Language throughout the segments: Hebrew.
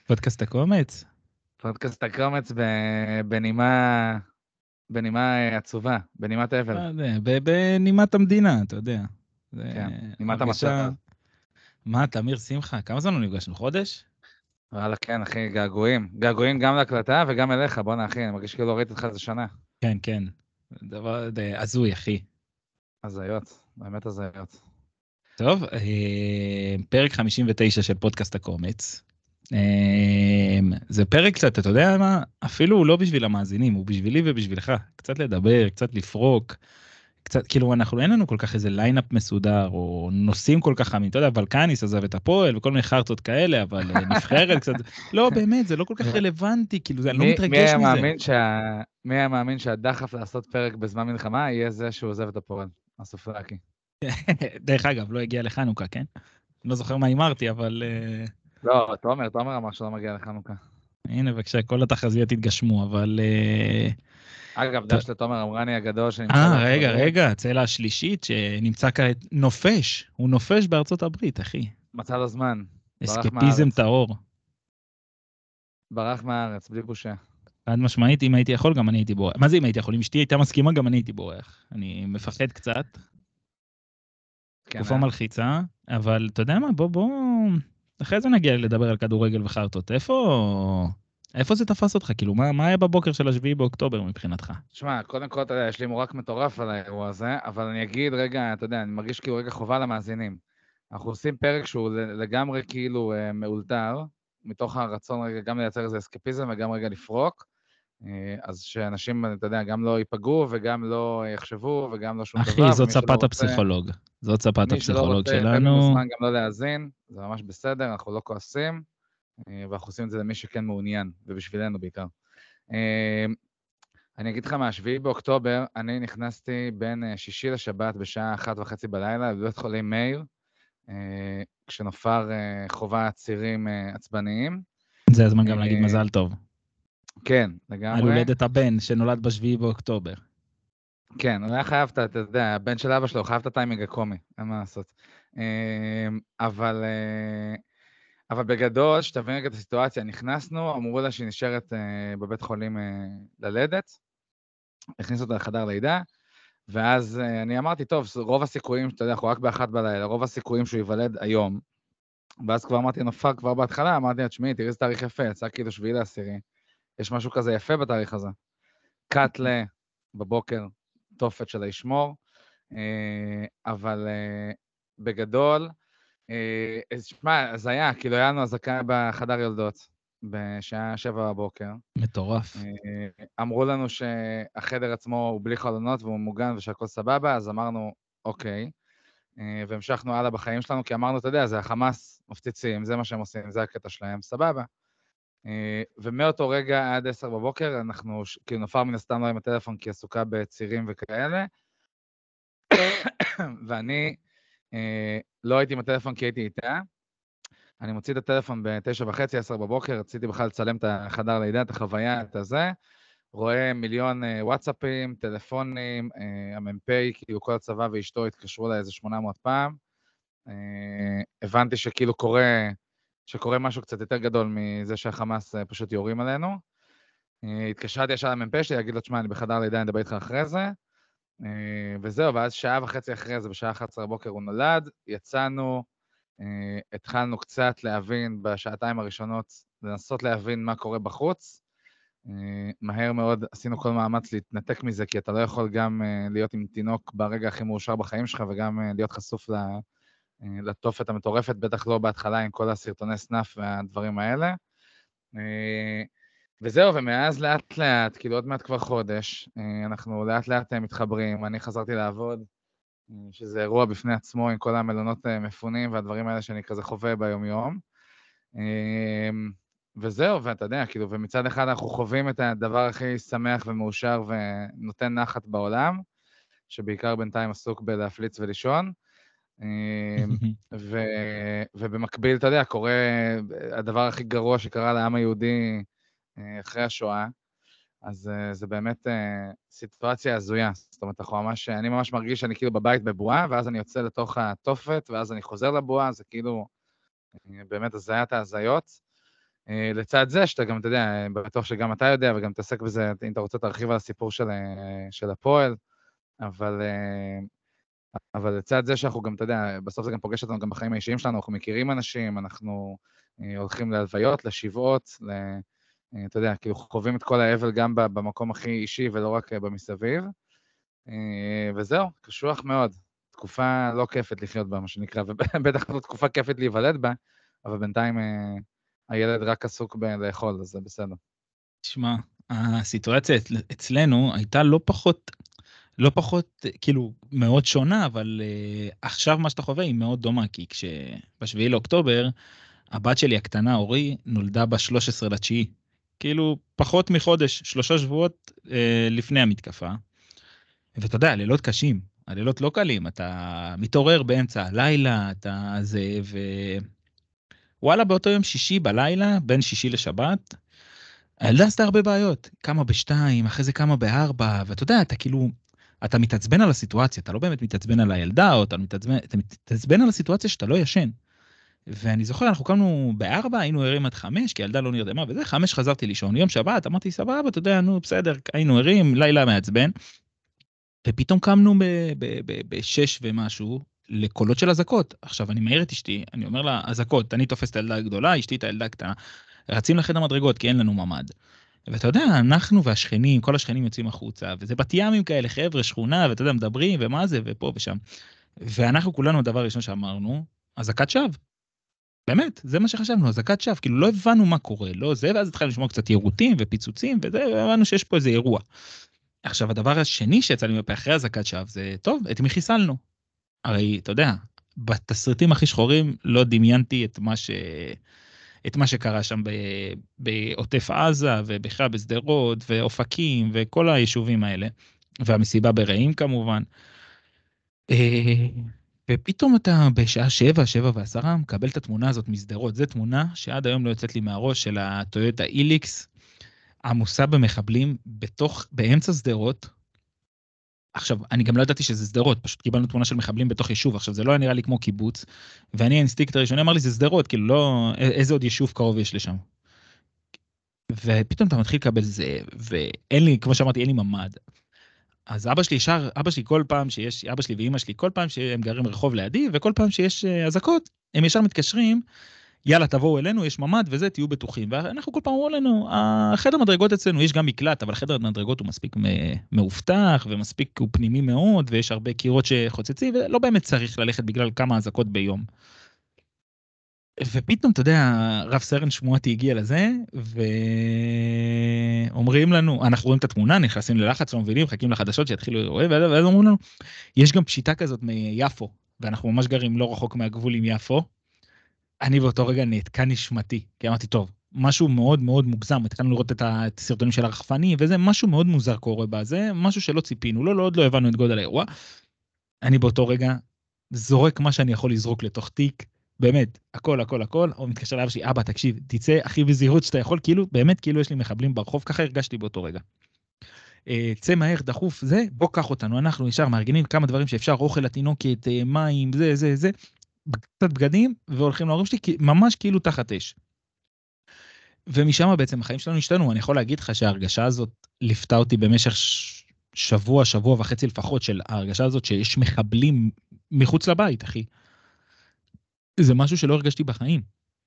פודקאסט הקומץ? פודקאסט הקומץ בנימה עצובה, בנימת לא אבל. יודע, בנימת המדינה, אתה יודע. זה כן, נימת הרגשה... המצב. מה, תמיר שמחה, כמה זמן לא נפגשנו? חודש? וואלה, כן, אחי, געגועים. געגועים גם להקלטה וגם אליך, בוא'נה, אחי, אני מרגיש כאילו ראיתי אותך איזה שנה. כן, כן. דבר הזוי, אחי. הזיות, באמת הזיות. טוב, פרק 59 של פודקאסט הקומץ. זה פרק קצת, אתה יודע מה? אפילו הוא לא בשביל המאזינים, הוא בשבילי ובשבילך. קצת לדבר, קצת לפרוק. קצת, כאילו, אין לנו כל כך איזה ליינאפ מסודר, או נושאים כל כך חמים, אתה יודע, ולקניס עזב את הפועל, וכל מיני חרטות כאלה, אבל נבחרת קצת, לא, באמת, זה לא כל כך רלוונטי, כאילו, אני לא מי מתרגש היה מזה. מאמין מי היה מאמין שהדחף לעשות פרק בזמן מלחמה יהיה זה שהוא עוזב את הפועל, הסופלקי. דרך אגב, לא הגיע לחנוכה, כן? אני לא זוכר מה אמרתי, אבל לא, תומר אמר שלא מגיע לחנוכה. הנה, בבקשה, כל התחזיות התגשמו, אבל... אגב, דש לתומר אמרני הגדול שנמצא בארצות הברית. רגע, הצלע השלישית שנמצא כעת נופש, הוא נופש בארצות הברית, אחי. מצא לו זמן, ברח אסקפיזם מהארץ. טהור. ברח מהארץ, בלי בושה. חד משמעית, אם הייתי יכול, גם אני הייתי בורח. מה זה אם הייתי יכול? אם אשתי הייתה מסכימה, גם אני הייתי בורח. אני מפחד קצת, כן, תקופה מלחיצה, אבל אתה יודע מה, בוא, אחרי זה נגיע לדבר על כדורגל וחרטות. איפה זה תפס אותך? כאילו, מה היה בבוקר של השביעי באוקטובר מבחינתך? תשמע, קודם כל, אתה יודע, יש לי מורק מטורף על האירוע הזה, אבל אני אגיד רגע, אתה יודע, אני מרגיש כאילו רגע חובה למאזינים. אנחנו עושים פרק שהוא לגמרי כאילו מאולתר, מתוך הרצון רגע גם לייצר איזה אסקפיזם וגם רגע לפרוק, אז שאנשים, אתה יודע, גם לא ייפגעו וגם לא יחשבו וגם לא שום אחי, דבר, זאת ספת הפסיכולוג. זאת ספת מי שלא הפסיכולוג רוצה, ומי שלנו. מוזמן גם לא להאזין, זה ממש בסדר, אנחנו לא כועסים, ואנחנו עושים את זה למי שכן מעוניין, ובשבילנו בעיקר. אני אגיד לך מה, 7 באוקטובר, אני נכנסתי בין שישי לשבת בשעה 1:30 בלילה, בבית חולים מאיר, כשנופר חובה צירים עצבניים. זה הזמן גם להגיד מזל טוב. כן, על לגמרי. הולדת הבן שנולד בשביעי באוקטובר. כן, הוא היה חייב, אתה יודע, הבן של אבא שלו, הוא חייב את הטיימינג הקומי, אין מה לעשות. אבל בגדול, שתבין רגע את הסיטואציה, נכנסנו, אמרו לה שהיא נשארת בבית חולים ללדת, הכניסו אותה לחדר לידה, ואז אני אמרתי, טוב, רוב הסיכויים, אתה יודע, אנחנו רק ב1 בלילה, רוב הסיכויים שהוא ייוולד היום, ואז כבר אמרתי נופר כבר בהתחלה, אמרתי לה, תשמעי, תראי איזה תאריך יפה, יצא כאילו 7/10, יש משהו כזה יפה בתאריך הזה. קאטלה, בבוקר, תופת של הישמור, אבל בגדול, שמע, אז היה, כאילו היה לנו הזקה בחדר יולדות, בשעה 7 בבוקר. מטורף. אמרו לנו שהחדר עצמו הוא בלי חלונות והוא מוגן ושהכל סבבה, אז אמרנו, אוקיי, והמשכנו הלאה בחיים שלנו, כי אמרנו, אתה יודע, זה החמאס מפציצים, זה מה שהם עושים, זה הקטע שלהם, סבבה. ומאותו רגע עד 10 בבוקר, אנחנו, כאילו נופר מן הסתם לא עם הטלפון, כי עסוקה בצירים וכאלה, ואני לא הייתי עם הטלפון כי הייתי איתה, אני מוציא את הטלפון ב9:30, 10 בבוקר, רציתי בכלל לצלם את החדר לידה, את החוויה, את הזה, רואה מיליון וואטסאפים, טלפונים, המ"פ, כאילו כל הצבא ואשתו התקשרו לה איזה 800 פעם, הבנתי שכאילו שקורה משהו קצת יותר גדול מזה שהחמאס פשוט יורים עלינו, התקשרתי ישר למ"פ שלי, להגיד לו, תשמע, אני בחדר לידה, אני אדבר איתך אחרי זה, וזהו, ואז שעה וחצי אחרי זה, בשעה 11 בבוקר הוא נולד, יצאנו, התחלנו קצת להבין בשעתיים הראשונות, לנסות להבין מה קורה בחוץ, מהר מאוד עשינו כל מאמץ להתנתק מזה, כי אתה לא יכול גם להיות עם תינוק ברגע הכי מאושר בחיים שלך, וגם להיות חשוף לתופת המטורפת, בטח לא בהתחלה עם כל הסרטוני סנאפ והדברים האלה. וזהו, ומאז לאט לאט, כאילו עוד מעט כבר חודש, אנחנו לאט לאט מתחברים, אני חזרתי לעבוד, שזה אירוע בפני עצמו עם כל המלונות מפונים והדברים האלה שאני כזה חווה ביום יום. וזהו, ואתה יודע, כאילו, ומצד אחד אנחנו חווים את הדבר הכי שמח ומאושר ונותן נחת בעולם, שבעיקר בינתיים עסוק בלהפליץ ולישון, ובמקביל, אתה יודע, קורה הדבר הכי גרוע שקרה לעם היהודי אחרי השואה, אז זה באמת סיטואציה הזויה, זאת אומרת, אני ממש מרגיש שאני כאילו בבית בבועה, ואז אני יוצא לתוך התופת, ואז אני חוזר לבועה, זה כאילו באמת הזיית ההזיות, לצד זה, שאתה גם, אתה יודע, בטוח שגם אתה יודע, וגם תעסק בזה, אם אתה רוצה תרחיב על הסיפור של הפועל, אבל לצד זה שאנחנו גם, אתה יודע, בסוף זה גם פוגש אותנו גם בחיים האישיים שלנו, אנחנו מכירים אנשים, אנחנו הולכים להלוויות, לשבעות, אתה יודע, כאילו חווים את כל האבל גם במקום הכי אישי ולא רק במסביב. וזהו, קשוח מאוד. תקופה לא כיפת לחיות בה, מה שנקרא, ובטח לא תקופה כיפת להיוולד בה, אבל בינתיים הילד רק עסוק בלאכול, אז זה בסדר. תשמע, הסיטואציה אצלנו הייתה לא פחות כאילו מאוד שונה, אבל עכשיו מה שאתה חווה היא מאוד דומה, כי כשב7 לאוקטובר, הבת שלי הקטנה, אורי, נולדה ב13/9, כאילו פחות מחודש, 3 שבועות לפני המתקפה. ואתה יודע, הלילות קשים, הלילות לא קלים, אתה מתעורר באמצע הלילה, אתה זה, וואלה, באותו יום שישי בלילה, בין שישי לשבת, הילדה עשתה הרבה בעיות, כמה ב2, אחרי זה כמה ב4, ואתה יודע, אתה כאילו, אתה מתעצבן על הסיטואציה, אתה לא באמת מתעצבן על הילדה, או אתה מתעצבן על הסיטואציה שאתה לא ישן. ואני זוכר, אנחנו קמנו ב4, היינו ערים עד 5, כי הילדה לא נרדמה, וזה 5 חזרתי לישון, יום שבת, אמרתי, סבבה, אתה יודע, נו, בסדר, היינו ערים, לילה מעצבן, ופתאום קמנו ב6 ומשהו, לקולות של אזעקות. עכשיו, אני מעיר את אשתי, אני אומר לה, אזעקות, אני תופס את הילדה הגדולה, אשתי את הילדה הקטנה, רצים לחדר מדרגות, כי אין לנו ממ"ד. ואתה יודע, אנחנו והשכנים, כל השכנים יוצאים החוצה, וזה בת ימים כאלה, חבר'ה, שכונה, ואתה יודע, מדברים, ומה זה, ופה ושם. ואנחנו כולנו, הדבר הראשון שאמרנו, אזעקת שווא. באמת, זה מה שחשבנו, אזעקת שווא, כאילו לא הבנו מה קורה, לא זה, ואז התחלנו לשמוע קצת ירוטים ופיצוצים, וזה, והבנו שיש פה איזה אירוע. עכשיו, הדבר השני שיצא לי מפה אחרי אזעקת שווא, זה, טוב, את מי חיסלנו? הרי, אתה יודע, בתסריטים הכי שחורים לא דמיינתי את מה שקרה שם בעוטף עזה, ובכלל בשדרות, ואופקים, וכל היישובים האלה, והמסיבה ברעים כמובן. ופתאום אתה בשעה 7:10, מקבל את התמונה הזאת משדרות. זו תמונה שעד היום לא יוצאת לי מהראש, של הטויוטה איליקס, עמוסה במחבלים באמצע שדרות. עכשיו, אני גם לא ידעתי שזה שדרות, פשוט קיבלנו תמונה של מחבלים בתוך יישוב. עכשיו, זה לא נראה לי כמו קיבוץ, ואני האינסטינקט הראשוני אמר לי, זה שדרות, כאילו לא, איזה עוד יישוב קרוב יש לשם. ופתאום אתה מתחיל לקבל זה, ואין לי, כמו שאמרתי, אין לי ממ"ד. אז אבא שלי כל פעם שיש, אבא שלי ואמא שלי, כל פעם שהם גרים רחוב לידי, וכל פעם שיש אזעקות, הם ישר מתקשרים, יאללה, תבואו אלינו, יש ממ"ד וזה, תהיו בטוחים. ואנחנו כל פעם אומרים לנו, החדר מדרגות אצלנו, יש גם מקלט, אבל החדר מדרגות הוא מספיק מאובטח, ומספיק הוא פנימי מאוד, ויש הרבה קירות שחוצצים, ולא באמת צריך ללכת בגלל כמה אזעקות ביום. ופתאום, אתה יודע, רב סרן שמועתי הגיע לזה, ואומרים לנו, אנחנו רואים את התמונה, נכנסים ללחץ, לא מבינים, מחכים לחדשות שיתחילו לראות, ואז אומרים לנו, יש גם פשיטה כזאת מיפו, ואנחנו ממש גרים לא רחוק מהגבול עם יפו. אני באותו רגע נעתקה נשמתי, כי אמרתי, טוב, משהו מאוד מאוד מוגזם, התחלנו לראות את הסרטונים של הרחפני, וזה משהו מאוד מוזר קורה בזה, משהו שלא ציפינו, לא, עוד לא הבנו את גודל האירוע. אני באותו רגע זורק מה שאני יכול לזרוק לתוך תיק, באמת, הכל, או מתקשר לאבא שלי, אבא, תקשיב, תצא הכי בזהירות שאתה יכול, כאילו, באמת, כאילו יש לי מחבלים ברחוב, ככה הרגשתי באותו רגע. צא מהר, דחוף, זה, בוא קח אותנו, אנחנו ישר מארגנים כמה דברים שאפשר, אוכל לתינוקת, מים, זה, קצת בגדים, והולכים להורים שלי, ממש כאילו תחת אש. ומשם בעצם החיים שלנו השתנו, אני יכול להגיד לך שההרגשה הזאת ליפתה אותי במשך שבוע וחצי לפחות, של ההרגשה הזאת שיש מחבלים מחוץ לבית, אחי. זה משהו שלא הרגשתי בחיים.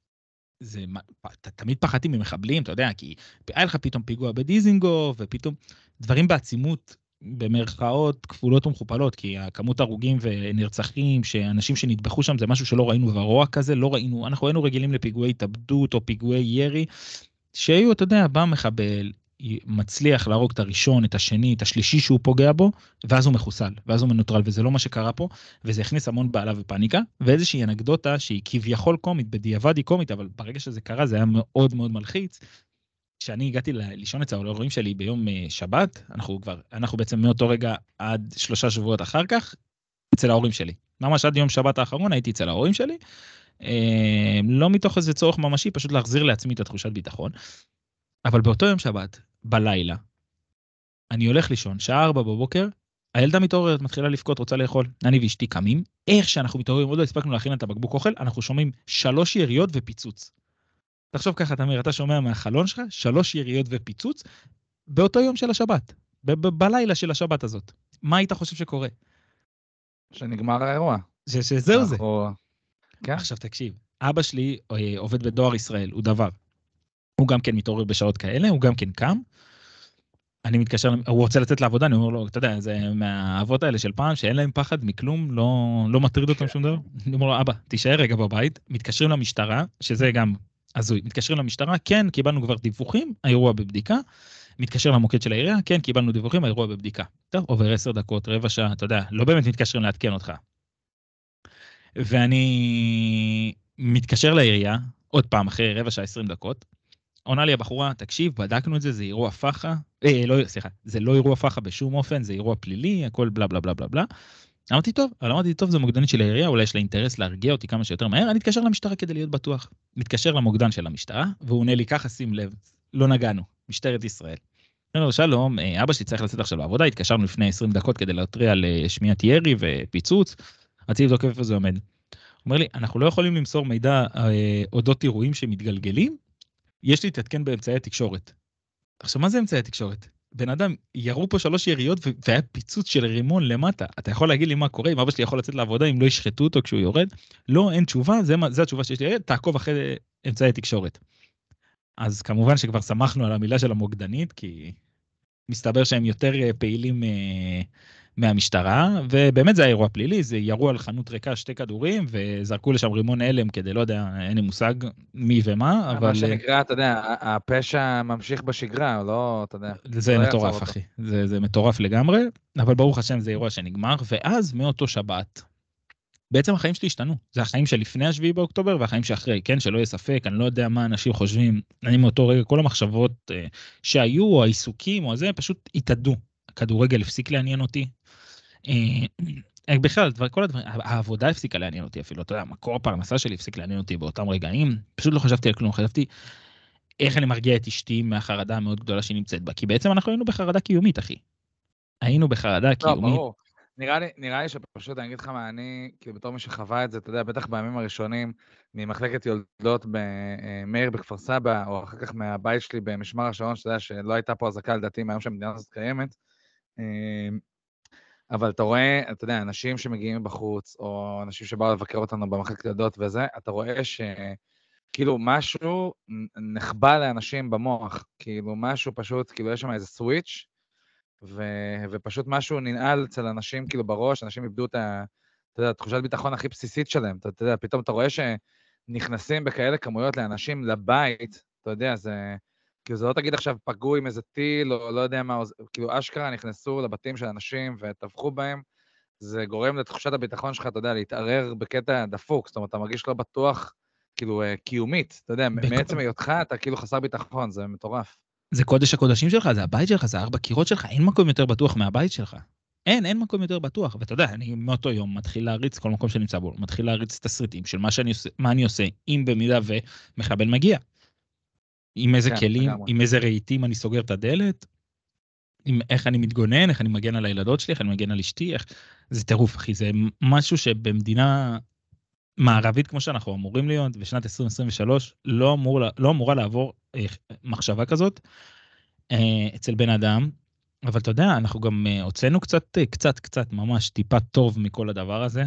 תמיד פחדתי ממחבלים, אתה יודע, כי היה לך פתאום פיגוע בדיזינגוף, ופתאום דברים בעצימות, במרכאות כפולות ומכופלות, כי הכמות הרוגים ונרצחים, שאנשים שנטבחו שם, זה משהו שלא ראינו, ורוע כזה, לא ראינו, אנחנו היינו רגילים לפיגועי התאבדות, או פיגועי ירי, שהיו, אתה יודע, בא מחבל, מצליח להרוג את הראשון, את השני, את השלישי שהוא פוגע בו, ואז הוא מחוסל, ואז הוא מנוטרל, וזה לא מה שקרה פה, וזה הכניס המון בעלה ופאניקה, ואיזושהי אנקדוטה שהיא כביכול קומית, בדיעבד היא קומית, אבל ברגע שזה קרה זה היה מאוד מאוד מלחיץ. כשאני הגעתי לישון אצל ההורים שלי ביום שבת, אנחנו בעצם מאותו רגע עד 3 שבועות אחר כך, אצל ההורים שלי. ממש עד יום שבת האחרון הייתי אצל ההורים שלי, לא מתוך איזה צורך ממשי, פשוט להחזיר לעצמי את התחושת ביטחון. אבל באותו יום שבת, בלילה, אני הולך לישון, שעה 4 בבוקר, הילדה מתעוררת, מתחילה לבכות, רוצה לאכול. אני ואשתי קמים, איך שאנחנו מתעוררים, עוד לא הספקנו להכין את הבקבוק אוכל, אנחנו שומעים 3 יריות ופיצוץ. תחשוב ככה, תמיר, אתה שומע מהחלון שלך 3 יריות ופיצוץ באותו יום של השבת, בלילה של השבת הזאת. מה היית חושב שקורה? שנגמר האירוע. שזהו זה. אנחנו... כן. עכשיו תקשיב, אבא שלי עובד בדואר ישראל, הוא דבר. הוא גם כן מתעורר בשעות כאלה, הוא גם כן קם. אני מתקשר, הוא רוצה לצאת לעבודה, אני אומר לו, אתה יודע, זה מהאבות האלה של פעם, שאין להם פחד מכלום, לא מטריד אותם שום דבר. אני אומר לו, אבא, תישאר רגע בבית, מתקשרים למשטרה, שזה גם הזוי, מתקשרים למשטרה, כן, קיבלנו כבר דיווחים, האירוע בבדיקה, מתקשר למוקד של העירייה, כן, קיבלנו דיווחים, האירוע בבדיקה. טוב, עובר 10 דקות, רבע שעה, אתה יודע, לא באמת מתקשרים לעדכן אותך. ואני מתקשר לעירייה, עוד פעם, אחרי רבע שעה 20 דקות, עונה לי הבחורה, תקשיב, בדקנו את זה, זה אירוע פחה, לא, סליחה, זה לא אירוע פחה בשום אופן, זה אירוע פלילי, הכל בלה בלה בלה בלה בלה. אמרתי, טוב, זו מוקדנית של העירייה, אולי יש לה אינטרס להרגיע אותי כמה שיותר מהר, אני אתקשר למשטרה כדי להיות בטוח. מתקשר למוקדן של המשטרה, והוא עונה לי ככה, שים לב, לא נגענו, משטרת ישראל. אני אומר, שלום, אבא שלי צריך לצאת עכשיו לעבודה, התקשרנו לפני 20 דקות כדי להתריע על שמיעת ירי ופיצוץ, רציתי לבדוק איפה זה עומד. הוא אומר לי, אנחנו לא יכולים למסור מידע אודות אירועים שמתגלגלים, יש לי להתעדכן באמצעי התקשורת. עכשיו, מה זה אמצעי התקשורת? בן אדם, ירו פה 3 יריות והיה פיצוץ של רימון למטה. אתה יכול להגיד לי מה קורה, אם אבא שלי יכול לצאת לעבודה, אם לא ישחטו אותו כשהוא יורד? לא, אין תשובה, זה התשובה שיש לי, תעקוב אחרי אמצעי התקשורת. אז כמובן שכבר שמחנו על המילה של המוקדנית, כי מסתבר שהם יותר פעילים מהמשטרה, ובאמת זה היה אירוע פלילי, זה ירו על חנות ריקה 2 כדורים, וזרקו לשם רימון הלם כדי, לא יודע, אין לי מושג מי ומה, אבל... מה שנקרא, אתה יודע, הפשע ממשיך בשגרה, לא, אתה יודע. זה מטורף, אחי. זה מטורף לגמרי, אבל ברוך השם זה אירוע שנגמר, ואז מאותו שבת, בעצם החיים שלי השתנו. זה החיים שלפני השביעי באוקטובר, והחיים שאחרי, כן? שלא יהיה ספק, אני לא יודע מה אנשים חושבים. אני מאותו רגע, כל המחשבות שהיו, או העיסוקים, או זה, פשוט התאדו. הכדורגל הפסיק לעניין אותי. בכלל, כל הדברים, העבודה הפסיקה לעניין אותי אפילו, אתה יודע, מקור הפרנסה שלי הפסיק לעניין אותי באותם רגעים, פשוט לא חשבתי על כלום, חשבתי איך אני מרגיע את אשתי מהחרדה המאוד גדולה שהיא נמצאת בה, כי בעצם אנחנו היינו בחרדה קיומית, אחי. היינו בחרדה קיומית. לא, ברור. נראה לי שפשוט, אני אגיד לך מה, אני, כאילו בתור מי שחווה את זה, אתה יודע, בטח בימים הראשונים, ממחלקת יולדות במאיר בכפר סבא, או אחר כך מהבית שלי במשמר השעון, שאתה יודע שלא הייתה פה הזעקה לדעתי מהיום שהמדינה הזאת קיימת, אבל אתה רואה, אתה יודע, אנשים שמגיעים בחוץ, או אנשים שבאו לבקר אותנו במחלקת יולדות וזה, אתה רואה שכאילו משהו נחבא לאנשים במוח, כאילו משהו פשוט, כאילו יש שם איזה סוויץ', ופשוט משהו ננעל אצל אנשים כאילו בראש, אנשים איבדו את אתה יודע, תחושת ביטחון הכי בסיסית שלהם, אתה יודע, פתאום אתה רואה שנכנסים בכאלה כמויות לאנשים לבית, אתה יודע, זה, כאילו זה לא תגיד עכשיו פגעו עם איזה טיל, או לא יודע מה, כאילו אשכרה נכנסו לבתים של אנשים וטבחו בהם, זה גורם לתחושת הביטחון שלך, אתה יודע, להתערער בקטע דפוק, זאת אומרת, אתה מרגיש לא בטוח, כאילו, קיומית, אתה יודע, מעצם היותך, אתה כאילו חסר ביטחון, זה מטורף. זה קודש הקודשים שלך, זה הבית שלך, זה 4 קירות שלך, אין מקום יותר בטוח מהבית שלך. אין מקום יותר בטוח, ואתה יודע, אני מאותו יום מתחיל להריץ כל מקום שנמצא בו, מתחיל להריץ תסריטים של מה אני עושה, אם במידה ומחבל מגיע. עם איזה כלים, עם איזה רהיטים אני סוגר את הדלת, עם איך אני מתגונן, איך אני מגן על הילדות שלי, איך אני מגן על אשתי, זה טירוף, אחי, זה משהו שבמדינה מערבית כמו שאנחנו אמורים להיות, בשנת 2023, לא אמורה לעבור מחשבה כזאת אצל בן אדם, אבל אתה יודע, אנחנו גם הוצאנו קצת, ממש טיפה טוב מכל הדבר הזה,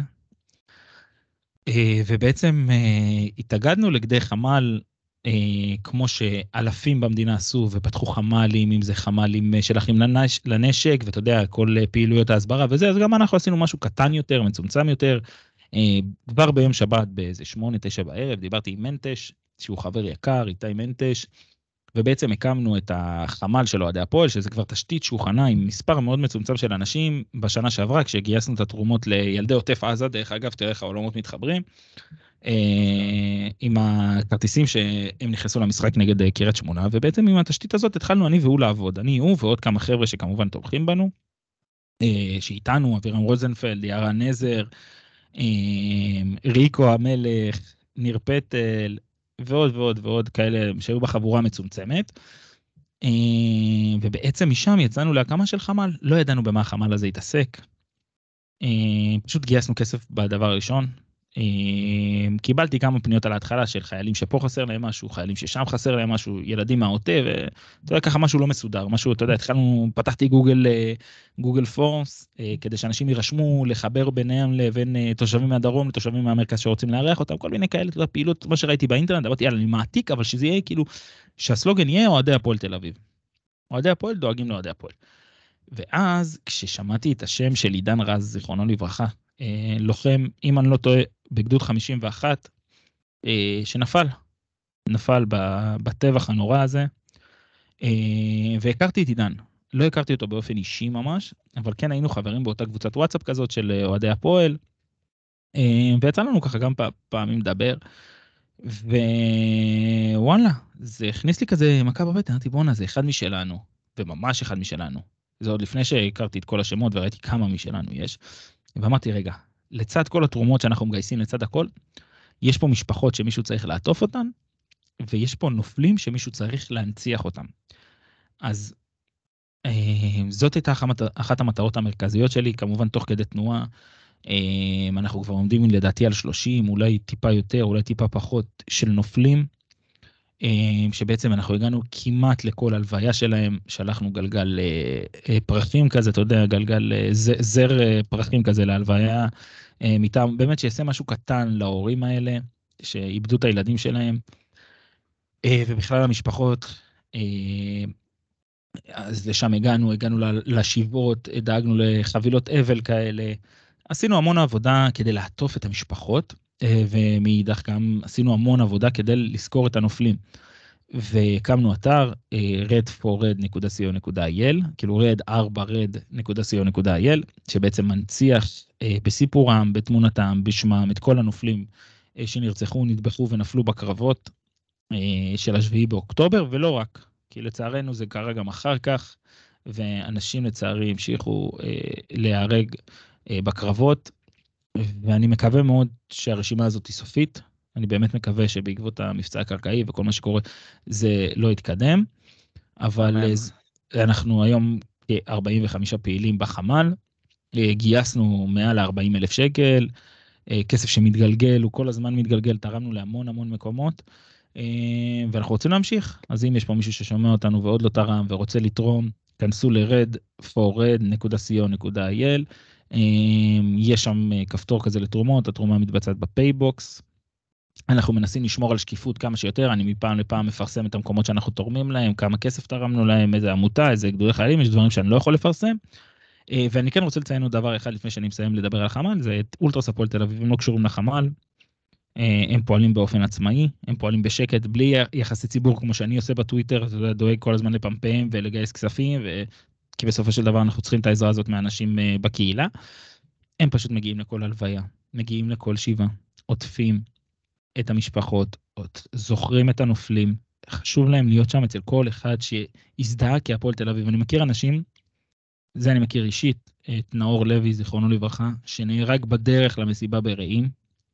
ובעצם התאגדנו לכדי חמ"ל, כמו שאלפים במדינה עשו, ופתחו חמ"לים, אם זה חמ"לים של אחים לנשק, ואתה יודע, כל פעילויות ההסברה וזה, אז גם אנחנו עשינו משהו קטן יותר, מצומצם יותר, כבר ביום שבת באיזה 8-9 בערב, דיברתי עם מנטש, שהוא חבר יקר, איתי מנטש, ובעצם הקמנו את החמ"ל של אוהדי הפועל, שזה כבר תשתית שהוכנה עם מספר מאוד מצומצם של אנשים בשנה שעברה, כשגייסנו את התרומות לילדי עוטף עזה, דרך אגב, תראה איך העולמות מתחברים, עם הכרטיסים שהם נכנסו למשחק נגד קריית שמונה, ובעצם עם התשתית הזאת התחלנו אני והוא לעבוד, אני, הוא ועוד כמה חבר'ה שכמובן תומכים בנו, שאיתנו, אבירם רוזנפלד, יערה נזר, ריקו המלך, ניר פטל, ועוד ועוד ועוד כאלה שהיו בחבורה מצומצמת, ובעצם משם יצאנו להקמה של חמ"ל, לא ידענו במה החמ"ל הזה יתעסק, פשוט גייסנו כסף בדבר הראשון, קיבלתי כמה פניות על ההתחלה של חיילים שפה חסר להם משהו, חיילים ששם חסר להם משהו, ילדים מהעוטף, ואתה יודע, ככה משהו לא מסודר, משהו, אתה יודע, פתחתי גוגל פורמס, כדי שאנשים יירשמו, לחבר ביניהם לבין תושבים מהדרום, לתושבים מהמרכז שרוצים לארח אותם, כל מיני כאלה, אתה יודע, פעילות, מה שראיתי באינטרנט, אמרתי, יאללה, אני מעתיק, אבל שזה יהיה כאילו, שהסלוגן יהיה אוהדי הפועל תל אביב. אוהדי הפועל דואגים לאוהדי הפועל. ואז, כששמעתי את השם של עידן רז, זיכרונו לברכה, לוחם, אם אני לא טועה, בגדוד 51, נפל בטבח הנורא הזה, והכרתי את עידן. לא הכרתי אותו באופן אישי ממש, אבל כן היינו חברים באותה קבוצת וואטסאפ כזאת של אוהדי הפועל, ויצא לנו ככה גם פעמים לדבר, ווואלה, זה הכניס לי כזה מכה בבטן, אמרתי בואנה, זה אחד משלנו, וממש אחד משלנו. זה עוד לפני שהכרתי את כל השמות וראיתי כמה משלנו יש, ואמרתי רגע, לצד כל התרומות שאנחנו מגייסים, לצד הכל, יש פה משפחות שמישהו צריך לעטוף אותן, ויש פה נופלים שמישהו צריך להנציח אותם. אז זאת הייתה אחת המטרות המרכזיות שלי, כמובן תוך כדי תנועה, אנחנו כבר עומדים לדעתי על 30, אולי טיפה יותר, אולי טיפה פחות של נופלים, שבעצם אנחנו הגענו כמעט לכל הלוויה שלהם, שלחנו גלגל פרחים כזה, אתה יודע, גלגל זר פרחים כזה להלוויה, מטעם, באמת שיעשה משהו קטן להורים האלה, שאיבדו את הילדים שלהם, ובכלל המשפחות, אז לשם הגענו לשבעות, דאגנו לחבילות אבל כאלה, עשינו המון עבודה כדי לעטוף את המשפחות, ומאידך גם עשינו המון עבודה כדי לזכור את הנופלים. והקמנו אתר red4red.co.il, כאילו red4red.co.il, שבעצם מנציח בסיפורם, בתמונתם, בשמם, את כל הנופלים שנרצחו, נטבחו ונפלו בקרבות של השביעי באוקטובר, ולא רק, כי לצערנו זה קרה גם אחר כך, ואנשים לצערי המשיכו להיהרג בקרבות, ואני מקווה מאוד שהרשימה הזאת היא סופית, אני באמת מקווה שבעקבות המבצע הקרקעי וכל מה שקורה זה לא יתקדם, אבל אנחנו היום 45 פעילים בחמ"ל, גייסנו מעל 40,000 שקל, כסף שמתגלגל, הוא כל הזמן מתגלגל, תרמנו להמון המון מקומות, ואנחנו רוצים להמשיך, אז אם יש פה מישהו ששומע אותנו ועוד לא תרם ורוצה לתרום, כנסו ל-red4red.co.il, יש שם כפתור כזה לתרומות, התרומה מתבצעת בפייבוקס, אנחנו מנסים לשמור על שקיפות כמה שיותר, אני מפעם לפעם מפרסם את המקומות שאנחנו תורמים להם, כמה כסף תרמנו להם, איזה עמותה, איזה גדודי חיילים, יש דברים שאני לא יכול לפרסם, ואני כן רוצה לציין עוד דבר אחד לפני שאני מסיים לדבר על החמ"ל, זה את אולטרס הפועל תל אביב, הם לא קשורים לחמ"ל, הם פועלים באופן עצמאי, הם פועלים בשקט, בלי יחסי ציבור כמו שאני עושה בטוויטר, אתה יודע, דואג כל הזמן לפמפם ולגייס כספים, כי בסופו של דבר אנחנו צריכים את העזרה הזאת מאנשים בקהילה, הם פשוט מגיעים לכל הלוויה, מגיעים לכל שבעה, עוטפים את המשפחות, זוכרים את הנופלים, חשוב להם להיות שם אצל כל אחד שהזדהה כהפועל תל אביב, אני מכיר אנשים, זה אני מכיר אישית, את נאור לוי, זיכרונו לברכה, שנהרג בדרך למסיבה ברעים,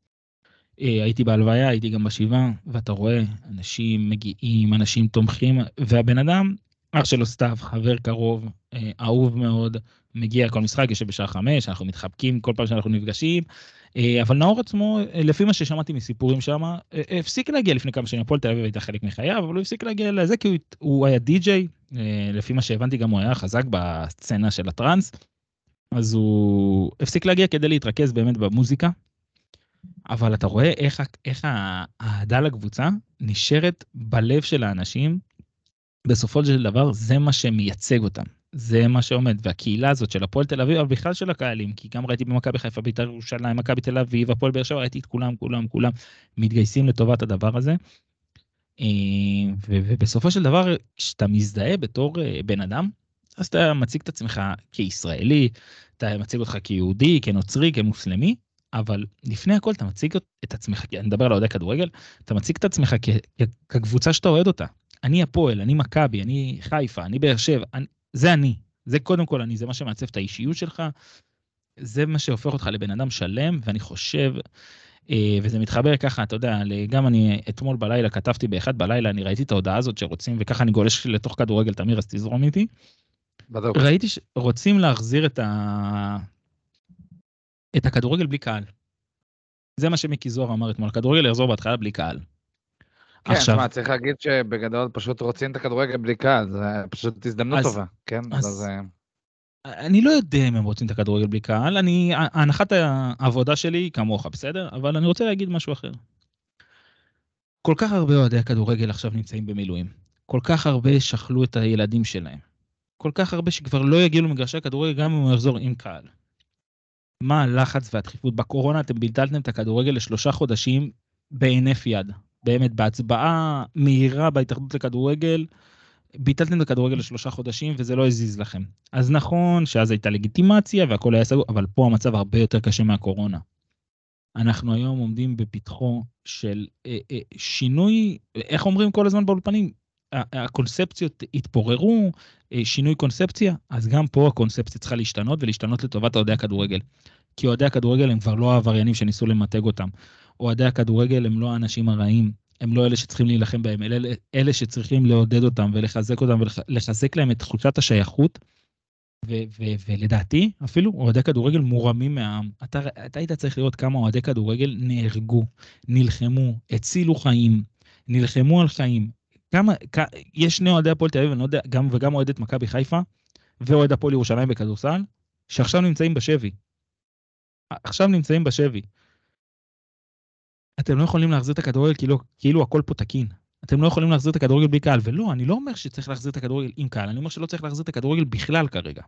הייתי בהלוויה, הייתי גם בשבעה, ואתה רואה, אנשים מגיעים, אנשים תומכים, והבן אדם, אח שלו סתיו, חבר קרוב, אהוב מאוד, מגיע כל משחק, יושב בשעה 5, אנחנו מתחבקים כל פעם שאנחנו נפגשים, אבל נאור עצמו, לפי מה ששמעתי מסיפורים שם, הפסיק להגיע לפני כמה שנים, הפועל תל אביב הייתה חלק מחייו, אבל הוא הפסיק להגיע לזה, כי הוא היה די-ג'יי, לפי מה שהבנתי גם הוא היה חזק בסצנה של הטרנס, אז הוא הפסיק להגיע כדי להתרכז באמת במוזיקה, אבל אתה רואה איך האהדה לקבוצה נשארת בלב של האנשים, בסופו של דבר זה מה שמייצג אותם, זה מה שעומד, והקהילה הזאת של הפועל תל אביב, אבל בכלל של הקהלים, כי גם ראיתי במכבי חיפה, בית"ר ירושלים, מכבי תל אביב, הפועל באר שבע, ראיתי את כולם מתגייסים לטובת הדבר הזה, ובסופו של דבר, כשאתה מזדהה בתור בן אדם, אז אתה מציג את עצמך כישראלי, אתה מציג אותך כיהודי, כנוצרי, כמוסלמי, אבל לפני הכל אתה מציג את עצמך, אני מדבר על אוהדי כדורגל, אתה מציג את עצמך כקבוצה שאתה אוהד אותה. אני הפועל, אני מכבי, אני חיפה, אני באר שבע, זה אני. זה קודם כל אני, זה מה שמעצב את האישיות שלך, זה מה שהופך אותך לבן אדם שלם, ואני חושב, וזה מתחבר ככה, אתה יודע, גם אני אתמול בלילה, כתבתי באחד בלילה, אני ראיתי את ההודעה הזאת שרוצים, וככה אני גולש לתוך כדורגל, תמיר, אז תזרום איתי. בדיוק. ראיתי שרוצים להחזיר את הכדורגל בלי קהל. זה מה שמיקי זוהר אמר אתמול, הכדורגל יחזור בהתחלה בלי קהל. כן, עכשיו, תשמע, צריך להגיד שבגדול פשוט רוצים את הכדורגל בלי קהל, זה פשוט הזדמנות אז, טובה, כן? אז אני לא יודע אם הם רוצים את הכדורגל בלי קהל, הנחת העבודה שלי היא כמוך, בסדר? אבל אני רוצה להגיד משהו אחר. כל כך הרבה אוהדי הכדורגל עכשיו נמצאים במילואים. כל כך הרבה שכלו את הילדים שלהם. כל כך הרבה שכבר לא יגיעו למגרשי הכדורגל גם אם הוא יחזור עם קהל. מה הלחץ והדחיפות? בקורונה אתם בלתלתם את הכדורגל ל3 חודשים בהינף יד. באמת, בהצבעה מהירה בהתאחדות לכדורגל, ביטלתם את הכדורגל ל3 חודשים וזה לא הזיז לכם. אז נכון שאז הייתה לגיטימציה והכל היה סגור, אבל פה המצב הרבה יותר קשה מהקורונה. אנחנו היום עומדים בפתחו של שינוי, איך אומרים כל הזמן באולפנים? הקונספציות התפוררו, שינוי קונספציה, אז גם פה הקונספציה צריכה להשתנות ולהשתנות לטובת אוהדי הכדורגל. כי אוהדי הכדורגל הם כבר לא העבריינים שניסו למתג אותם. אוהדי הכדורגל הם לא האנשים הרעים, הם לא אלה שצריכים להילחם בהם, אלה שצריכים לעודד אותם ולחזק אותם ולחזק להם את תחושת השייכות. ולדעתי, אפילו אוהדי כדורגל מורמים מהעם. אתה היית צריך לראות כמה אוהדי כדורגל נהרגו, נלחמו, הצילו חיים, נלחמו על חיים. יש 2 אוהדי הפועל תל אביב, אני לא יודע, וגם אוהדת מכבי חיפה, ואוהד הפועל ירושלים בכדורסל, שעכשיו נמצאים בשבי. עכשיו נמצאים בשבי. אתם לא יכולים להחזיר את הכדורגל כאילו הכל פה תקין. אתם לא יכולים להחזיר את הכדורגל בלי קהל, ולא, אני לא אומר שצריך להחזיר את הכדורגל עם קהל, אני אומר שלא צריך להחזיר את הכדורגל בכלל כרגע.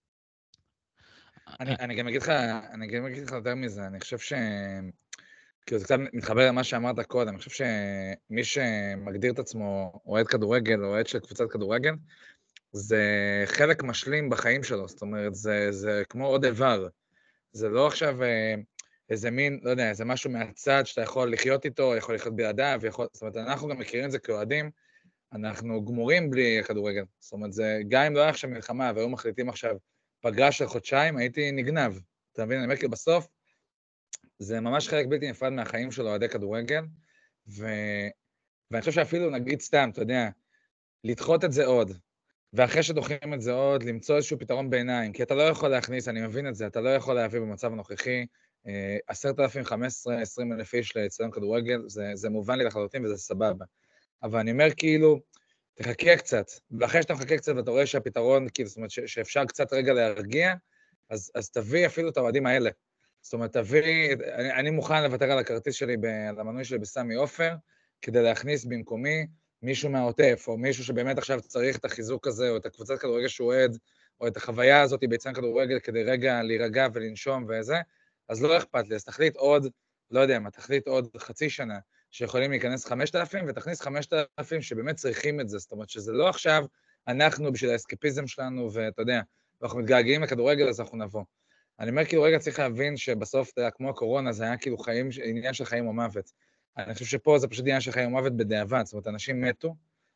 אני גם אגיד לך יותר מזה, אני חושב כאילו זה קצת מתחבר למה שאמרת קודם, אני חושב שמי שמגדיר את עצמו אוהד כדורגל, או אוהד של קבוצת כדורגל, זה חלק משלים בחיים שלו, זאת אומרת, זה כמו עוד איבר, זה לא עכשיו איזה מין, לא יודע, איזה משהו מהצד שאתה יכול לחיות איתו, יכול לחיות בלעדיו, זאת אומרת, אנחנו גם מכירים את זה כאוהדים, אנחנו גמורים בלי הכדורגל, זאת אומרת, גם אם לא היה עכשיו מלחמה, והיו מחליטים עכשיו פגרה של חודשיים, הייתי נגנב, אתה מבין? אני אומר, כאילו בסוף, זה ממש חלק בלתי נפרד מהחיים של אוהדי כדורגל, ואני חושב שאפילו נגיד סתם, אתה יודע, לדחות את זה עוד, ואחרי שדוחים את זה עוד, למצוא איזשהו פתרון ביניים, כי אתה לא יכול להכניס, אני מבין את זה, אתה לא יכול להביא במצב הנוכחי 10,000, 15,000, 20,000 איש לאצטדיון כדורגל, זה מובן לי לחלוטין וזה סבבה. אבל אני אומר כאילו, תחכה קצת, ואחרי שאתה מחכה קצת ואתה רואה שהפתרון, כאילו, זאת אומרת שאפשר קצת רגע להרגיע, אז תביא אפילו את האוהדים האלה. זאת אומרת, אני מוכן לוותר על הכרטיס שלי, על המנוי שלי בסמי עופר, כדי להכניס במקומי מישהו מהעוטף, או מישהו שבאמת עכשיו צריך את החיזוק הזה, או את הקבוצת כדורגל שהוא אוהד, או את החוויה הזאת באצטדיון כדורגל, כדי רגע להירגע ולנשום וזה, אז לא אכפת לי, אז תחליט עוד, לא יודע מה, תחליט עוד חצי שנה, שיכולים להיכנס 5,000, ותכניס 5,000 שבאמת צריכים את זה, זאת אומרת שזה לא עכשיו אנחנו בשביל האסקפיזם שלנו, ואתה יודע, אנחנו מתגעגעים לכדורגל, אז אנחנו נבוא. אני אומר כאילו רגע צריך להבין שבסוף, כמו הקורונה, זה היה כאילו עניין של חיים או מוות. אני חושב שפה זה פשוט עניין של חיים או מוות בדיעבד, זאת אומרת, אנשים מתו,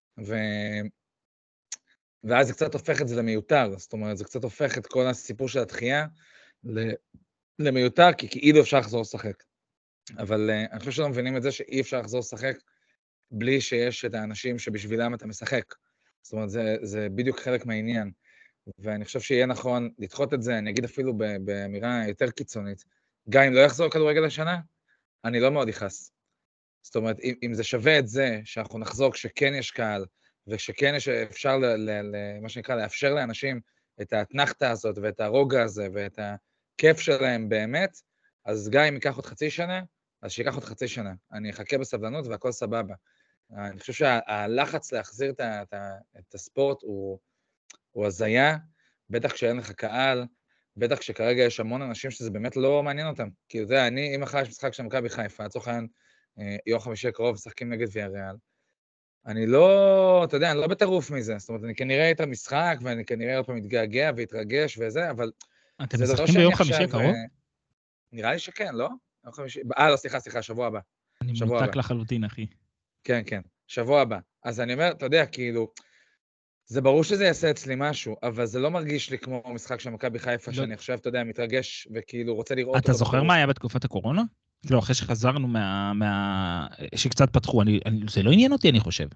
ואז זה קצת הופך את זה למיותר, זאת אומרת, זה קצת הופך את כל הסיפור של התחייה למיותר, כי כאילו אפשר לחזור לשחק. אבל אני חושב שלא מבינים את זה שאי אפשר לחזור לשחק בלי שיש את האנשים שבשבילם אתה משחק. זאת אומרת, זה בדיוק חלק מהעניין. ואני חושב שיהיה נכון לדחות את זה, אני אגיד אפילו באמירה יותר קיצונית, גם אם לא יחזור כדורגל השנה, אני לא מאוד יכעס. זאת אומרת, אם זה שווה את זה שאנחנו נחזור כשכן יש קהל, וכשכן יש אפשר, מה שנקרא, לאפשר לאנשים את האתנחתה הזאת, ואת הרוגע הזה, ואת הכיף שלהם באמת, אז גם אם ייקח עוד חצי שנה, אז שיקח עוד חצי שנה. אני אחכה בסבלנות והכל סבבה. אני חושב שהלחץ להחזיר את הספורט הוא הזיה, בטח כשאין לך קהל, בטח כשכרגע יש המון אנשים שזה באמת לא מעניין אותם. כי אתה יודע, אם מחר יש משחק של מכבי חיפה, לצורך העניין, יום חמישי הקרוב, משחקים נגד ויאריאל, אני לא, אתה יודע, אני לא בטירוף מזה, זאת אומרת, אני כנראה את המשחק, ואני כנראה עוד פעם מתגעגע והתרגש וזה, אבל אתם זה לא משחקים שאני ביום עכשיו... חמישי הקרוב? נראה לי שכן, לא? יום חמישי... לא, סליחה, שבוע הבא. אני שבוע הבא. מנותק לחלוטין, אחי. כן, שבוע הבא. אז אני אומר, אתה יודע, כאילו, זה ברור שזה יעשה אצלי משהו, אבל זה לא מרגיש לי כמו משחק של מכבי חיפה, שאני עכשיו, אתה יודע, מתרגש וכאילו רוצה לראות אותו. אתה זוכר מה היה בתקופת הקורונה? לא, אחרי שחזרנו שקצת פתחו, זה לא עניין אותי, אני חושב.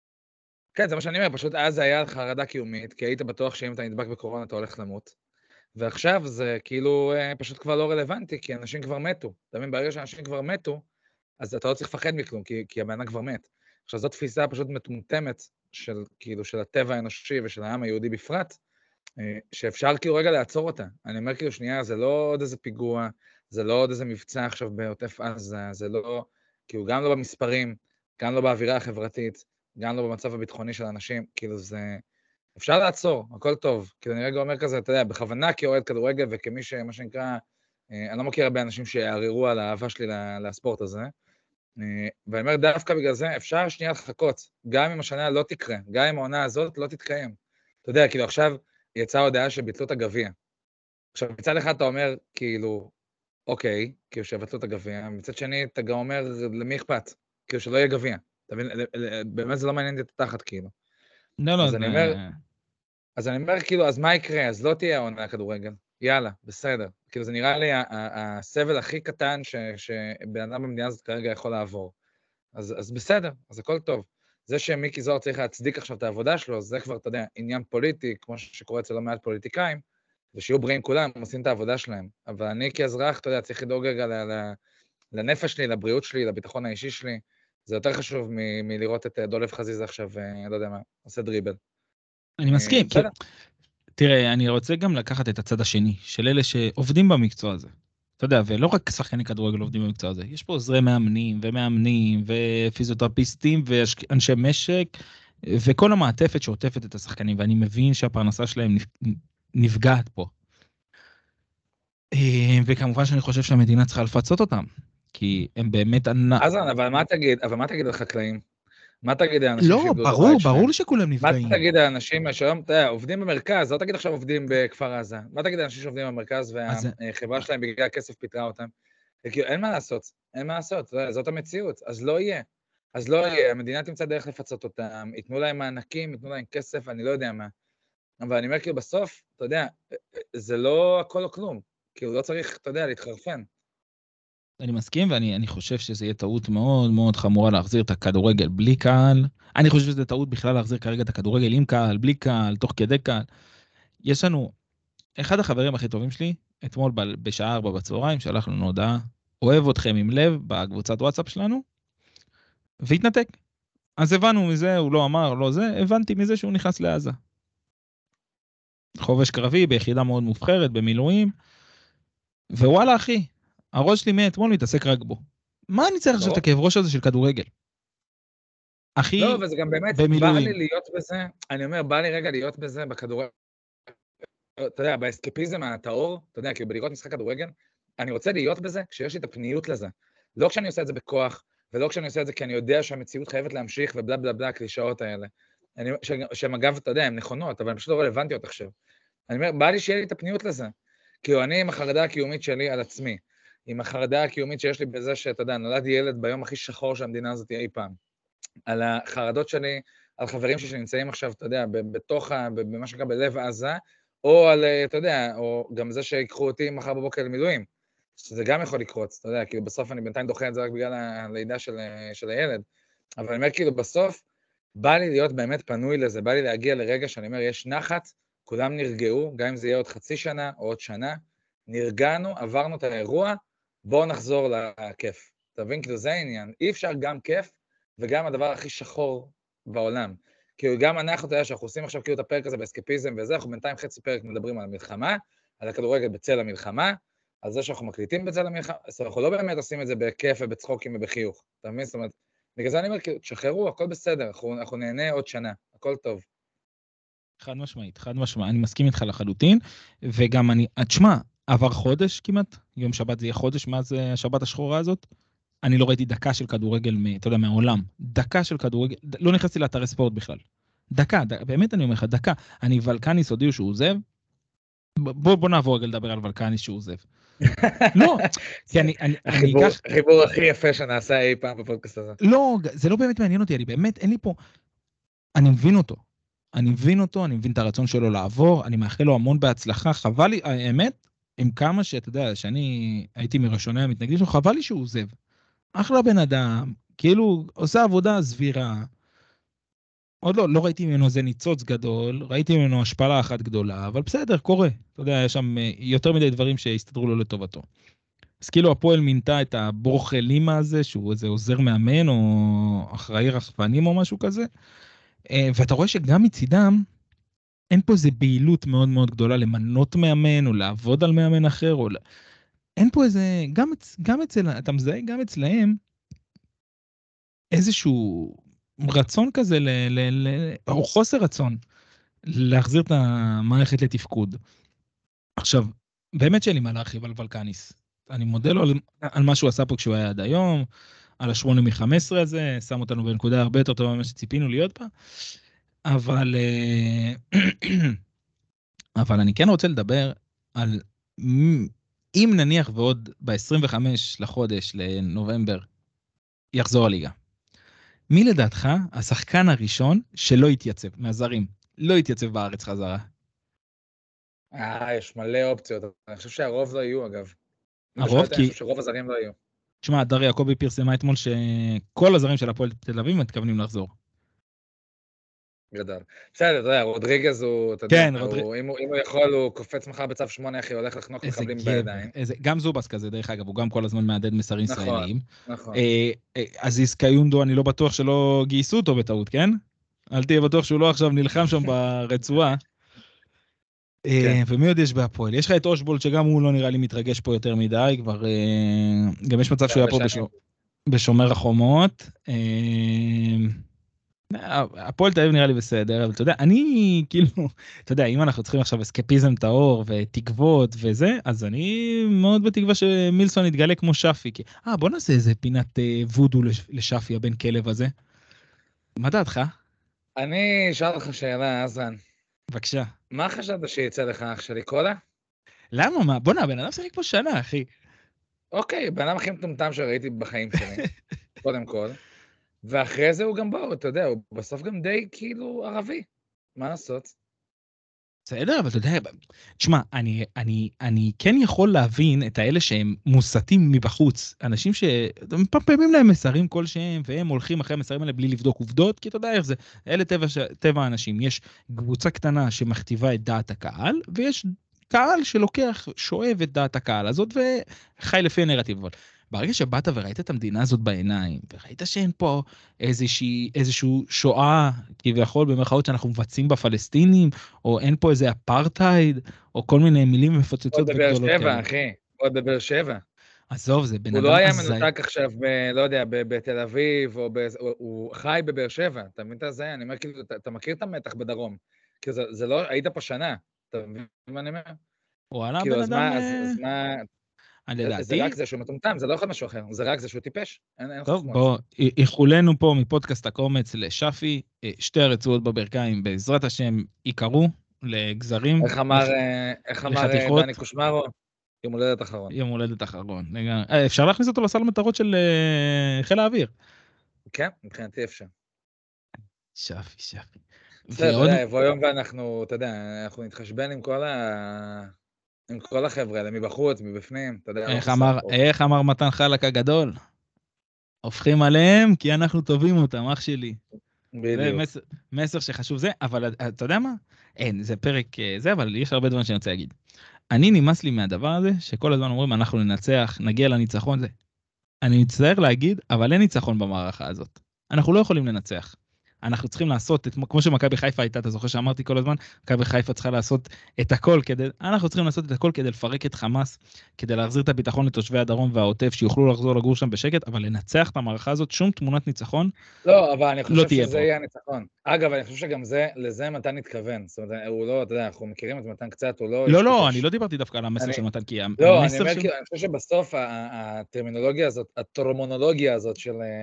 כן, זה מה שאני אומר, פשוט אז היה חרדה קיומית, כי היית בטוח שאם אתה נדבק בקורונה אתה הולך למות, ועכשיו זה כאילו פשוט כבר לא רלוונטי, כי אנשים כבר מתו. אתה מבין, ברגע שאנשים כבר מתו, אז אתה לא צריך לפחד מכלום, כי הבן אדם כבר מת. עכשיו, זו תפיסה פשוט מטומטמת של, כאילו, של הטבע האנושי ושל העם היהודי בפרט, שאפשר כאילו רגע לעצור אותה. אני אומר כאילו, שנייה, זה לא עוד איזה פיגוע, זה לא עוד איזה מבצע עכשיו בעוטף עזה, זה לא, כאילו, גם לא במספרים, גם לא באווירה החברתית, גם לא במצב הביטחוני של האנשים, כאילו זה... אפשר לעצור, הכל טוב. כאילו, אני רגע אומר כזה, אתה יודע, בכוונה כאוהד כדורגל וכמי מה שנקרא, אני לא מכיר הרבה אנשים שיערערו על האהבה שלי לספורט הזה, ואני אומר, דווקא בגלל זה אפשר שנייה לחכות, גם אם השנה לא תקרה, גם אם העונה הזאת לא תתקיים. אתה יודע, כאילו עכשיו יצאה הודעה שביטלו את הגביע. עכשיו, מצד אחד אתה אומר, כאילו, אוקיי, כאילו שבטלו את הגביע, מצד שני אתה גם אומר, למי אכפת? כאילו שלא יהיה גביע. אתה מבין, באמת זה לא מעניין את התחת, כאילו. לא, לא, אז אני אומר, כאילו, אז מה יקרה? אז לא תהיה העונה כדורגל. יאללה, בסדר. כאילו, זה נראה לי הסבל הכי קטן שבן אדם במדינה הזאת כרגע יכול לעבור. אז בסדר, אז הכל טוב. זה שמיקי זוהר צריך להצדיק עכשיו את העבודה שלו, זה כבר, אתה יודע, עניין פוליטי, כמו שקורה אצל לא מעט פוליטיקאים, ושיהיו בריאים כולם, הם עושים את העבודה שלהם. אבל אני כאזרח, אתה יודע, צריך לדאוג רגע לנפש שלי, לבריאות שלי, לביטחון האישי שלי. זה יותר חשוב מלראות את דולב חזיזה עכשיו, לא יודע מה, עושה דריבל. אני מסכים, בסדר. תראה, אני רוצה גם לקחת את הצד השני, של אלה שעובדים במקצוע הזה. אתה יודע, ולא רק שחקני כדורגל עובדים במקצוע הזה, יש פה עוזרי מאמנים ומאמנים ופיזיותרפיסטים ואנשי משק, וכל המעטפת שעוטפת את השחקנים, ואני מבין שהפרנסה שלהם נפגעת פה. וכמובן שאני חושב שהמדינה צריכה לפצות אותם, כי הם באמת... אז אבל מה תגיד על חקלאים? מה תגיד לאנשים לא, שאיבדו את הבית שלהם? ברור שכולם נפגעים. מה תגיד לאנשים שהיום, אתה יודע, עובדים במרכז, לא תגיד עכשיו עובדים בכפר עזה. מה תגיד לאנשים שעובדים במרכז והחברה שלהם בגלל הכסף פיטרה אותם? כאילו, אין מה לעשות, זאת המציאות, אז לא יהיה. המדינה תמצא דרך לפצות אותם, ייתנו להם מענקים, ייתנו להם כסף, אני לא יודע מה. אבל אני אומר, כאילו, בסוף, אתה יודע, זה לא הכל או כלום. כאילו, לא צריך, אתה יודע, להתחרפן. אני מסכים, ואני חושב שזה יהיה טעות מאוד מאוד חמורה להחזיר את הכדורגל בלי קהל. אני חושב שזה טעות בכלל להחזיר כרגע את הכדורגל עם קהל, בלי קהל, תוך כדי קהל. יש לנו, אחד החברים הכי טובים שלי, אתמול בשעה 4 בצהריים, שלח לנו הודעה, אוהב אתכם עם לב, בקבוצת וואטסאפ שלנו, והתנתק. אז הבנו מזה, הוא לא אמר, לא זה, הבנתי מזה שהוא נכנס לעזה. חובש קרבי, ביחידה מאוד מובחרת, במילואים, ווואלה אחי, הראש שלי מאתמול מתעסק רק בו. מה אני צריך עכשיו את הכאב ראש הזה של כדורגל? אחי, לא, וזה גם באמת, בא לי להיות בזה, אני אומר, בא לי רגע להיות בזה בכדורגל, אתה יודע, באסקפיזם הטהור, אתה יודע, כאילו בלראות משחק כדורגל, אני רוצה להיות בזה כשיש לי את הפניות לזה. לא כשאני עושה את זה בכוח, ולא כשאני עושה את זה כי אני יודע שהמציאות חייבת להמשיך ובלה בלה בלה, הקלישאות האלה. שהן אגב, אתה יודע, הן נכונות, אבל הן פשוט לא רלוונטיות עכשיו. אני אומר, בא לי שיהיה לי את הפניות לזה. כאילו, אני עם החרדה הקיומית שלי על עצמי, עם החרדה הקיומית שיש לי בזה שאתה יודע, נולד ילד ביום הכי שחור שהמדינה הזאת אי פעם. על החרדות שלי, על חברים שלי שנמצאים עכשיו, אתה יודע, במה שנקרא בלב עזה, או על, אתה יודע, או גם זה שיקחו אותי מחר בבוקר למילואים, שזה גם יכול לקרות, אתה יודע, כאילו בסוף אני בינתיים דוחה את זה רק בגלל הלידה של הילד, אבל אני אומר, כאילו בסוף, בא לי להיות באמת פנוי לזה, בא לי להגיע לרגע שאני אומר, יש נחת, כולם נרגעו, גם אם זה יהיה עוד חצי שנה או עוד שנה, נרגענו, עברנו את האירוע, בואו נחזור לכיף. אתה מבין? כאילו זה העניין. אי אפשר גם כיף, וגם הדבר הכי שחור בעולם. כאילו גם אנחנו, אתה יודע, שאנחנו עושים עכשיו כאילו את הפרק הזה באסקפיזם וזה, אנחנו בינתיים חצי פרק מדברים על המלחמה, על הכדורגל בצל המלחמה, על זה שאנחנו מקליטים בצל המלחמה, אז אנחנו לא באמת עושים את זה בכיף ובצחוקים ובחיוך. אתה מבין? זאת אומרת, בגלל זה אני אומר, כאילו, תשחררו, הכל בסדר, אנחנו נהנה עוד שנה, הכל טוב. חד משמעית, אני מסכים איתך לחלוטין, וגם תשמע, עבר חודש כמעט, יום שבת זה יהיה חודש מאז השבת השחורה הזאת, אני לא ראיתי דקה של כדורגל, אתה יודע, מהעולם, דקה של כדורגל, לא נכנסתי לאתרי ספורט בכלל, דקה, באמת אני אומר לך, דקה, ולקניס הודיעו שהוא עוזב, בוא נעבור רגע לדבר על ולקניס שהוא עוזב. לא, כי אני אקח... החיבור הכי יפה שנעשה אי פעם בפודקאסט הזה. לא, זה לא באמת מעניין אותי, אני באמת, אין לי פה, אני מבין אותו, אני מבין את הרצון שלו לעבור, אני מאחל לו המון בהצלחה, חבל לי, האמת, עם כמה שאתה יודע, שאני הייתי מראשוני המתנגדים שלו, חבל לי שהוא עוזב. אחלה בן אדם, כאילו עושה עבודה סבירה, עוד לא ראיתי ממנו איזה ניצוץ גדול, ראיתי ממנו השפלה אחת גדולה, אבל בסדר, קורה. אתה יודע, יש שם יותר מדי דברים שהסתדרו לו לטובתו. אז כאילו הפועל מינתה את הבורחה לימה הזה, שהוא איזה עוזר מאמן או אחראי רחפנים או משהו כזה, ואתה רואה שגם מצידם, אין פה איזה בהילות מאוד מאוד גדולה למנות מאמן או לעבוד על מאמן אחר, אין פה איזה, גם אצל, אתה מזהה גם אצלהם, איזשהו רצון כזה, או חוסר רצון, להחזיר את המערכת לתפקוד. עכשיו, באמת שאין לי מה להרחיב על ולקניס. אני מודה לו על מה שהוא עשה פה כשהוא היה עד היום, על 8 מ-15 הזה, שם אותנו בנקודה הרבה יותר טובה ממה שציפינו להיות בה, אבל אבל אני כן רוצה לדבר על אם נניח ועוד ב-25 לחודש לנובמבר יחזור הליגה. מי לדעתך השחקן הראשון שלא יתייצב, מהזרים, לא יתייצב בארץ חזרה? יש מלא אופציות. אני חושב שהרוב לא יהיו, אגב. הרוב? אני חושב שרוב הזרים לא יהיו. תשמע, דר יעקבי פרסמה אתמול שכל הזרים של הפועל תל אביב מתכוונים לחזור. גדול. בסדר, אתה יודע, רודריגז הוא, אתה יודע, אם הוא יכול, הוא קופץ מחר בצו 8, אחי, הולך לחנוך מחבלים בידיים. גם זובס כזה, דרך אגב, הוא גם כל הזמן מעדד מסרים ישראליים. נכון. אז איסקיונדו, אני לא בטוח שלא גייסו אותו בטעות, כן? אל תהיה בטוח שהוא לא עכשיו נלחם שם ברצועה. ומי עוד יש בהפועל? יש לך את אושבולט, שגם הוא לא נראה לי מתרגש פה יותר מדי, כבר גם יש מצב שהוא היה פה בשומר החומות. הפועל תל אביב נראה לי בסדר, אבל אתה יודע, אני כאילו, אתה יודע, אם אנחנו צריכים עכשיו אסקפיזם טהור ותקוות וזה, אז אני מאוד בתקווה שמילסון יתגלה כמו שפי. בוא נעשה איזה פינת וודו לשפי, הבן כלב הזה. מה דעתך? אני אשאל לך שאלה, עזרן. בבקשה. מה חשבת שיצא לך, אח שלי, קולה? למה? מה? בוא נע, בן אדם שחק פה שנה, אחי. אוקיי, בן אדם הכי מטומטם שראיתי בחיים שלי, קודם כל. ואחרי זה הוא גם בא, אתה יודע, הוא בסוף גם די כאילו ערבי. מה לעשות? בסדר, אבל אתה יודע, תשמע, אני כן יכול להבין את האלה שהם מוסתים מבחוץ, אנשים שמפמפמים להם מסרים כלשהם, והם הולכים אחרי המסרים האלה בלי לבדוק עובדות, כי אתה יודע איך זה, אלה טבע האנשים, יש קבוצה קטנה שמכתיבה את דעת הקהל, ויש קהל שלוקח, שואב את דעת הקהל הזאת, וחי לפי הנרטיב, אבל ברגע שבאת וראית את המדינה הזאת בעיניים, וראית שאין פה איזשהו שואה, כביכול במרכאות שאנחנו מבצעים בפלסטינים, או אין פה איזה אפרטהייד, או כל מיני מילים מפוצצות וגדולות כאלה. עוד בבאר שבע, אחי. עוד בבאר שבע. עזוב, זה בן אדם הוא לא היה מנותק עכשיו, לא יודע, בתל אביב, הוא חי בבאר שבע. אתה מבין את זה? אני אומר, כאילו, אתה מכיר את המתח בדרום. כי זה לא, היית פה שנה. אתה מבין מה אני אומר? וואלה, בן אדם... אז מה... זה רק זה שהוא מטומטם, זה לא יכול משהו אחר, זה רק זה שהוא טיפש. טוב, בוא, איחולנו פה מפודקאסט הקומץ לשפי, 2 הרצועות בברכיים, בעזרת השם, יקרו לגזרים. איך אמר דני קושמרו? יום הולדת אחרון. יום הולדת אחרון. אפשר להכניס אותו לסל מטרות של חיל האוויר. כן, מבחינתי אפשר. שפי. בסדר, אתה יודע, יבוא יום ואנחנו, אתה יודע, אנחנו נתחשבן עם כל החבר'ה האלה, מבחוץ, מבפנים, אתה יודע. איך אמר מתן חלק הגדול? הופכים עליהם כי אנחנו טובים אותם, אח שלי. בדיוק. זה מסר שחשוב זה, אבל אתה יודע מה? אין, זה פרק זה, אבל יש הרבה דברים שאני רוצה להגיד. אני נמאס לי מהדבר הזה, שכל הזמן אומרים, אנחנו ננצח, נגיע לניצחון זה. אני מצטער להגיד, אבל אין ניצחון במערכה הזאת. אנחנו לא יכולים לנצח. אנחנו צריכים לעשות, כמו שמכבי חיפה הייתה, אתה זוכר שאמרתי כל הזמן, מכבי חיפה צריכה לעשות את הכל אנחנו צריכים לעשות את הכל כדי לפרק את חמאס, כדי להחזיר את הביטחון לתושבי הדרום והעוטף, שיוכלו לחזור לגור שם בשקט, אבל לנצח את המערכה הזאת, שום תמונת ניצחון, לא, אבל אני חושב שזה יהיה הניצחון. אגב, אני חושב שגם לזה מתן התכוון. זאת אומרת, הוא לא, אתה יודע, אנחנו מכירים את מתן קצת, הוא לא... לא, אני לא דיברתי דווקא על המסר של מתן, כי לא, אני חושב שבסוף הטרמינולוגיה הזאת, הטרמונולוגיה הזאת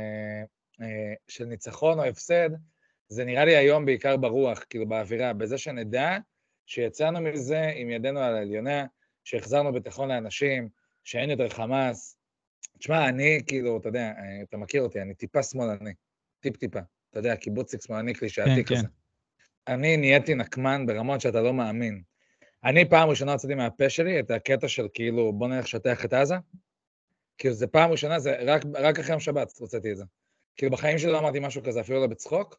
של ניצחון או הפסד, זה נראה לי היום בעיקר ברוח, כאילו באווירה, בזה שנדע שיצאנו מזה עם ידינו על העליונה, שהחזרנו ביטחון לאנשים, שאין יותר חמאס. תשמע, אני כאילו, אתה יודע, אתה מכיר אותי, אני טיפה שמאלני, טיפה, אתה יודע, קיבוציק שמאלני קלישאתי כזה. אני נהייתי נקמן ברמות שאתה לא מאמין. אני פעם ראשונה הוצאתי מהפה שלי את הקטע של כאילו, בוא נלך שטח את עזה, כאילו זה פעם ראשונה, זה רק אחרי יום שבת הוצאתי את זה. כאילו בחיים שלי לא אמרתי משהו כזה, אפילו לא בצחוק,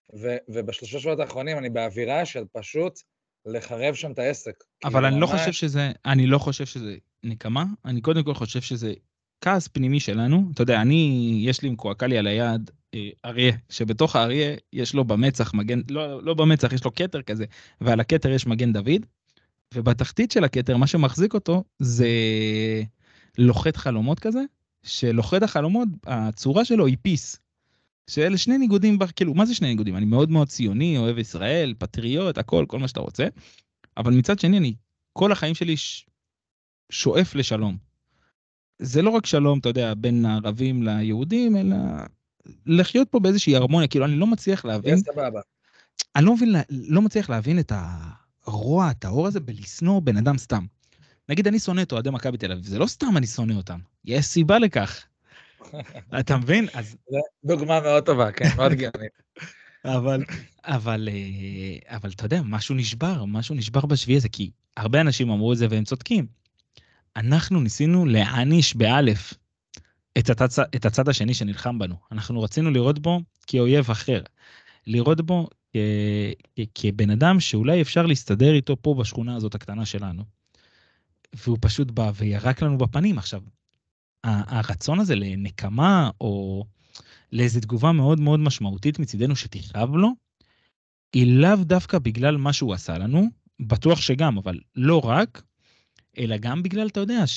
ובשלושה שבועות האחרונים אני באווירה של פשוט לחרב שם את העסק. אבל אני לא חושב שזה נקמה, אני קודם כל חושב שזה כעס פנימי שלנו. אתה יודע, יש לי מקועקע על היד אריה, שבתוך האריה יש לו במצח מגן, לא במצח, יש לו כתר כזה, ועל הכתר יש מגן דוד, ובתחתית של הכתר, מה שמחזיק אותו זה לוחת חלומות כזה, שלוחת החלומות, הצורה שלו היא פיס. שאלה שני ניגודים, כאילו, מה זה שני ניגודים? אני מאוד מאוד ציוני, אוהב ישראל, פטריוט, הכל, כל מה שאתה רוצה. אבל מצד שני, אני כל החיים שלי שואף לשלום. זה לא רק שלום, אתה יודע, בין הערבים ליהודים, אלא לחיות פה באיזושהי הרמוניה. כאילו, אני לא מצליח להבין... אני לא מצליח להבין את הרוע, הטהור הזה, בלסנוע בן אדם סתם. נגיד, אני שונא את אוהדי מכבי תל אביב, זה לא סתם אני שונא אותם, יש סיבה לכך. אתה מבין? אז... דוגמה מאוד טובה, כן, מאוד גאונית. אבל אתה יודע, משהו נשבר בשביעי הזה, כי הרבה אנשים אמרו את זה והם צודקים. אנחנו ניסינו להעניש באלף את הצד השני שנלחם בנו. אנחנו רצינו לראות בו כאויב אחר. לראות בו כבן אדם שאולי אפשר להסתדר איתו פה בשכונה הזאת הקטנה שלנו. והוא פשוט בא וירק לנו בפנים. עכשיו, הרצון הזה לנקמה או לאיזו תגובה מאוד מאוד משמעותית מצידנו שתכאב לו, היא לאו דווקא בגלל מה שהוא עשה לנו, בטוח שגם, אבל לא רק, אלא גם בגלל, אתה יודע,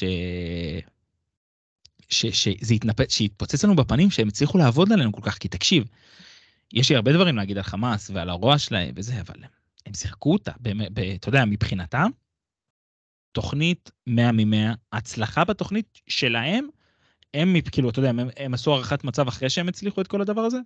שזה יתפוצץ לנו בפנים, שהם הצליחו לעבוד עלינו כל כך, כי תקשיב, יש לי הרבה דברים להגיד על חמאס ועל הרוע שלהם וזה, אבל הם שיחקו אותה, אתה יודע, מבחינתם, תוכנית 100 מ-100, הצלחה בתוכנית שלהם, הם, כאילו, אתה יודע, הם עשו הערכת מצב אחרי שהם הצליחו את כל הדבר הזה,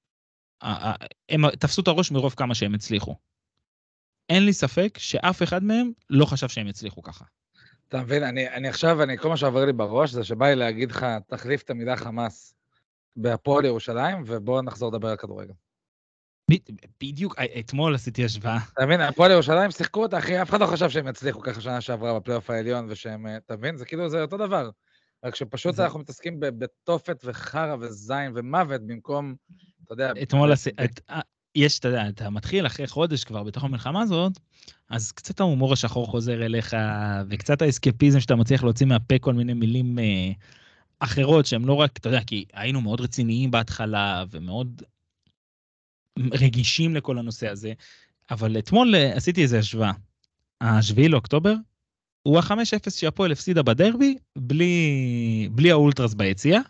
הם תפסו את הראש מרוב כמה שהם הצליחו. אין לי ספק שאף אחד מהם לא חשב שהם יצליחו ככה. אתה מבין, אני עכשיו, כל מה שעובר לי בראש זה שבא לי להגיד לך, תחליף את המילה חמאס בהפועל ירושלים, ובואו נחזור לדבר על כדורגל. בדיוק, אתמול עשיתי השוואה. אתה מבין, הפועל ירושלים שיחקו אותה, אחי, אף אחד לא חשב שהם יצליחו ככה שנה שעברה בפלייאוף העליון, ושהם, אתה מבין, זה כאילו, זה אותו דבר. רק שפשוט אנחנו מתעסקים בתופת וחרא וזין ומוות, במקום, אתה יודע... אתמול יש, אתה יודע, אתה מתחיל אחרי חודש כבר בתוך המלחמה הזאת, אז קצת ההומור השחור חוזר אליך, וקצת האסקפיזם שאתה מצליח להוציא מהפה כל מיני מילים אחרות, שהם לא רק, אתה יודע, כי היינו מאוד רציניים בהתחלה, ומאוד רגישים לכל הנושא הזה, אבל אתמול עשיתי איזו השוואה. ה7 לאוקטובר, הוא ה-5-0 שהפועל הפסידה בדרבי, בלי האולטרס ביציאה,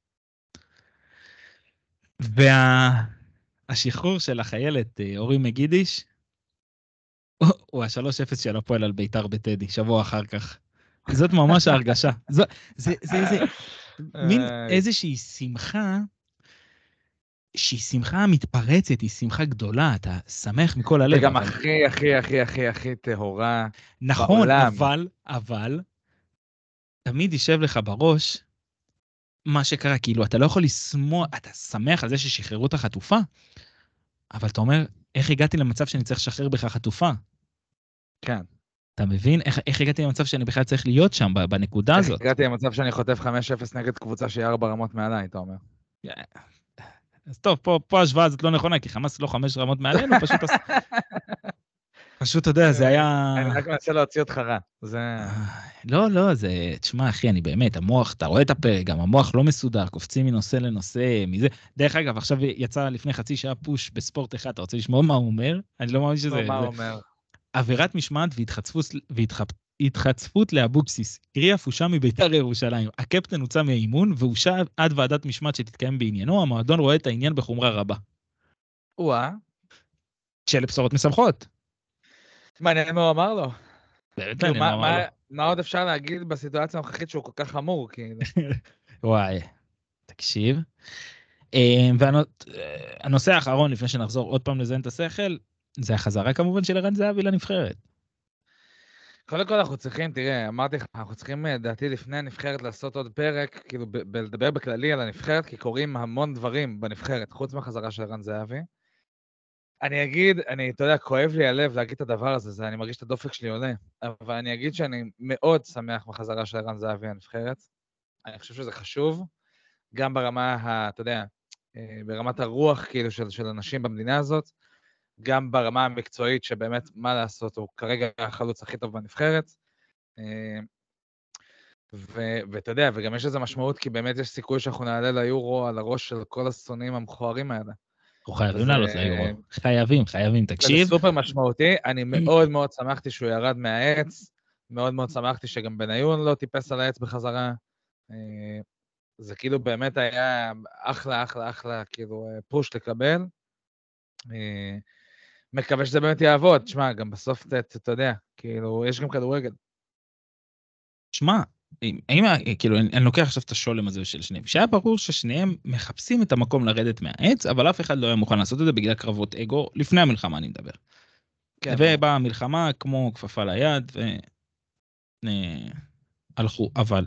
השחרור של החיילת אורי מגידיש, הוא ה-3-0 של הפועל על ביתר בטדי, שבוע אחר כך. זאת ממש ההרגשה. זה מין איזושהי שמחה, שהיא שמחה מתפרצת, היא שמחה גדולה, אתה שמח מכל הלב. וגם הכי טהורה נכון, אבל, תמיד יישב לך בראש, מה שקרה, כאילו, אתה לא יכול לשמוע, אתה שמח על זה ששחררו את החטופה, אבל אתה אומר, איך הגעתי למצב שאני צריך לשחרר בך חטופה? כן. אתה מבין? איך הגעתי למצב שאני בכלל צריך להיות שם, בנקודה הזאת? איך הגעתי למצב שאני חוטף 5-0 נגד קבוצה שהיא 4 רמות מעליי, אתה אומר. אז טוב, פה ההשוואה הזאת לא נכונה, כי חמאס לא 5 רמות מעלינו, פשוט, אתה יודע, זה היה... אני רק מנסה להוציא אותך רע. לא, זה... תשמע, אחי, אני באמת, המוח, אתה רואה את הפרק, גם המוח לא מסודר, קופצים מנושא לנושא, מזה. דרך אגב, עכשיו יצא לפני חצי שעה פוש בספורט אחד, אתה רוצה לשמוע מה הוא אומר? אני לא מאמין שזה... מה הוא אומר? עבירת משמעת והתחצפות לאבוקסיס, קריאה פושה מביתר ירושלים. הקפטן הוצא מהאימון, והושע עד ועדת משמעת שתתקיים בעניינו, המועדון רואה את העניין בחומרה רבה. שאלה בשורות משמחות. מעניין מה הוא אמר לו. מה עוד אפשר להגיד בסיטואציה הנוכחית שהוא כל כך חמור? וואי, תקשיב. והנושא האחרון, לפני שנחזור עוד פעם לזיין את השכל, זה החזרה כמובן של ערן זהבי לנבחרת. קודם כל אנחנו צריכים, תראה, אמרתי לך, אנחנו צריכים דעתי לפני הנבחרת לעשות עוד פרק, כאילו לדבר בכללי על הנבחרת, כי קוראים המון דברים בנבחרת, חוץ מהחזרה של ערן זהבי. אני אגיד, אתה יודע, כואב לי הלב להגיד את הדבר הזה, אני מרגיש את הדופק שלי עולה, אבל אני אגיד שאני מאוד שמח בחזרה של ערן זהבי לנבחרת. אני חושב שזה חשוב, גם ברמה, אתה יודע, ברמת הרוח, כאילו, של אנשים במדינה הזאת, גם ברמה המקצועית, שבאמת, מה לעשות, הוא כרגע החלוץ הכי טוב בנבחרת. ואתה יודע, וגם יש לזה משמעות, כי באמת יש סיכוי שאנחנו נעלה ליורו על הראש של כל השונאים המכוערים האלה. אנחנו חייבים וזה- לעלות ליורו. חייבים, זה תקשיב. סופר משמעותי, אני מאוד מאוד שמחתי שהוא ירד מהעץ, מאוד מאוד שמחתי שגם בניון לא טיפס על העץ בחזרה. זה כאילו באמת היה אחלה, אחלה, אחלה, כאילו פוש לקבל. מקווה שזה באמת יעבוד. תשמע, גם בסוף, אתה יודע, כאילו, יש גם כדורגל. שמע, כאילו, אני לוקח עכשיו את השולם הזה של שניהם, שהיה ברור ששניהם מחפשים את המקום לרדת מהעץ, אבל אף אחד לא היה מוכן לעשות את זה בגלל קרבות אגו, לפני המלחמה אני מדבר. כן, ובאה המלחמה כמו כפפה ליד, והלכו, אבל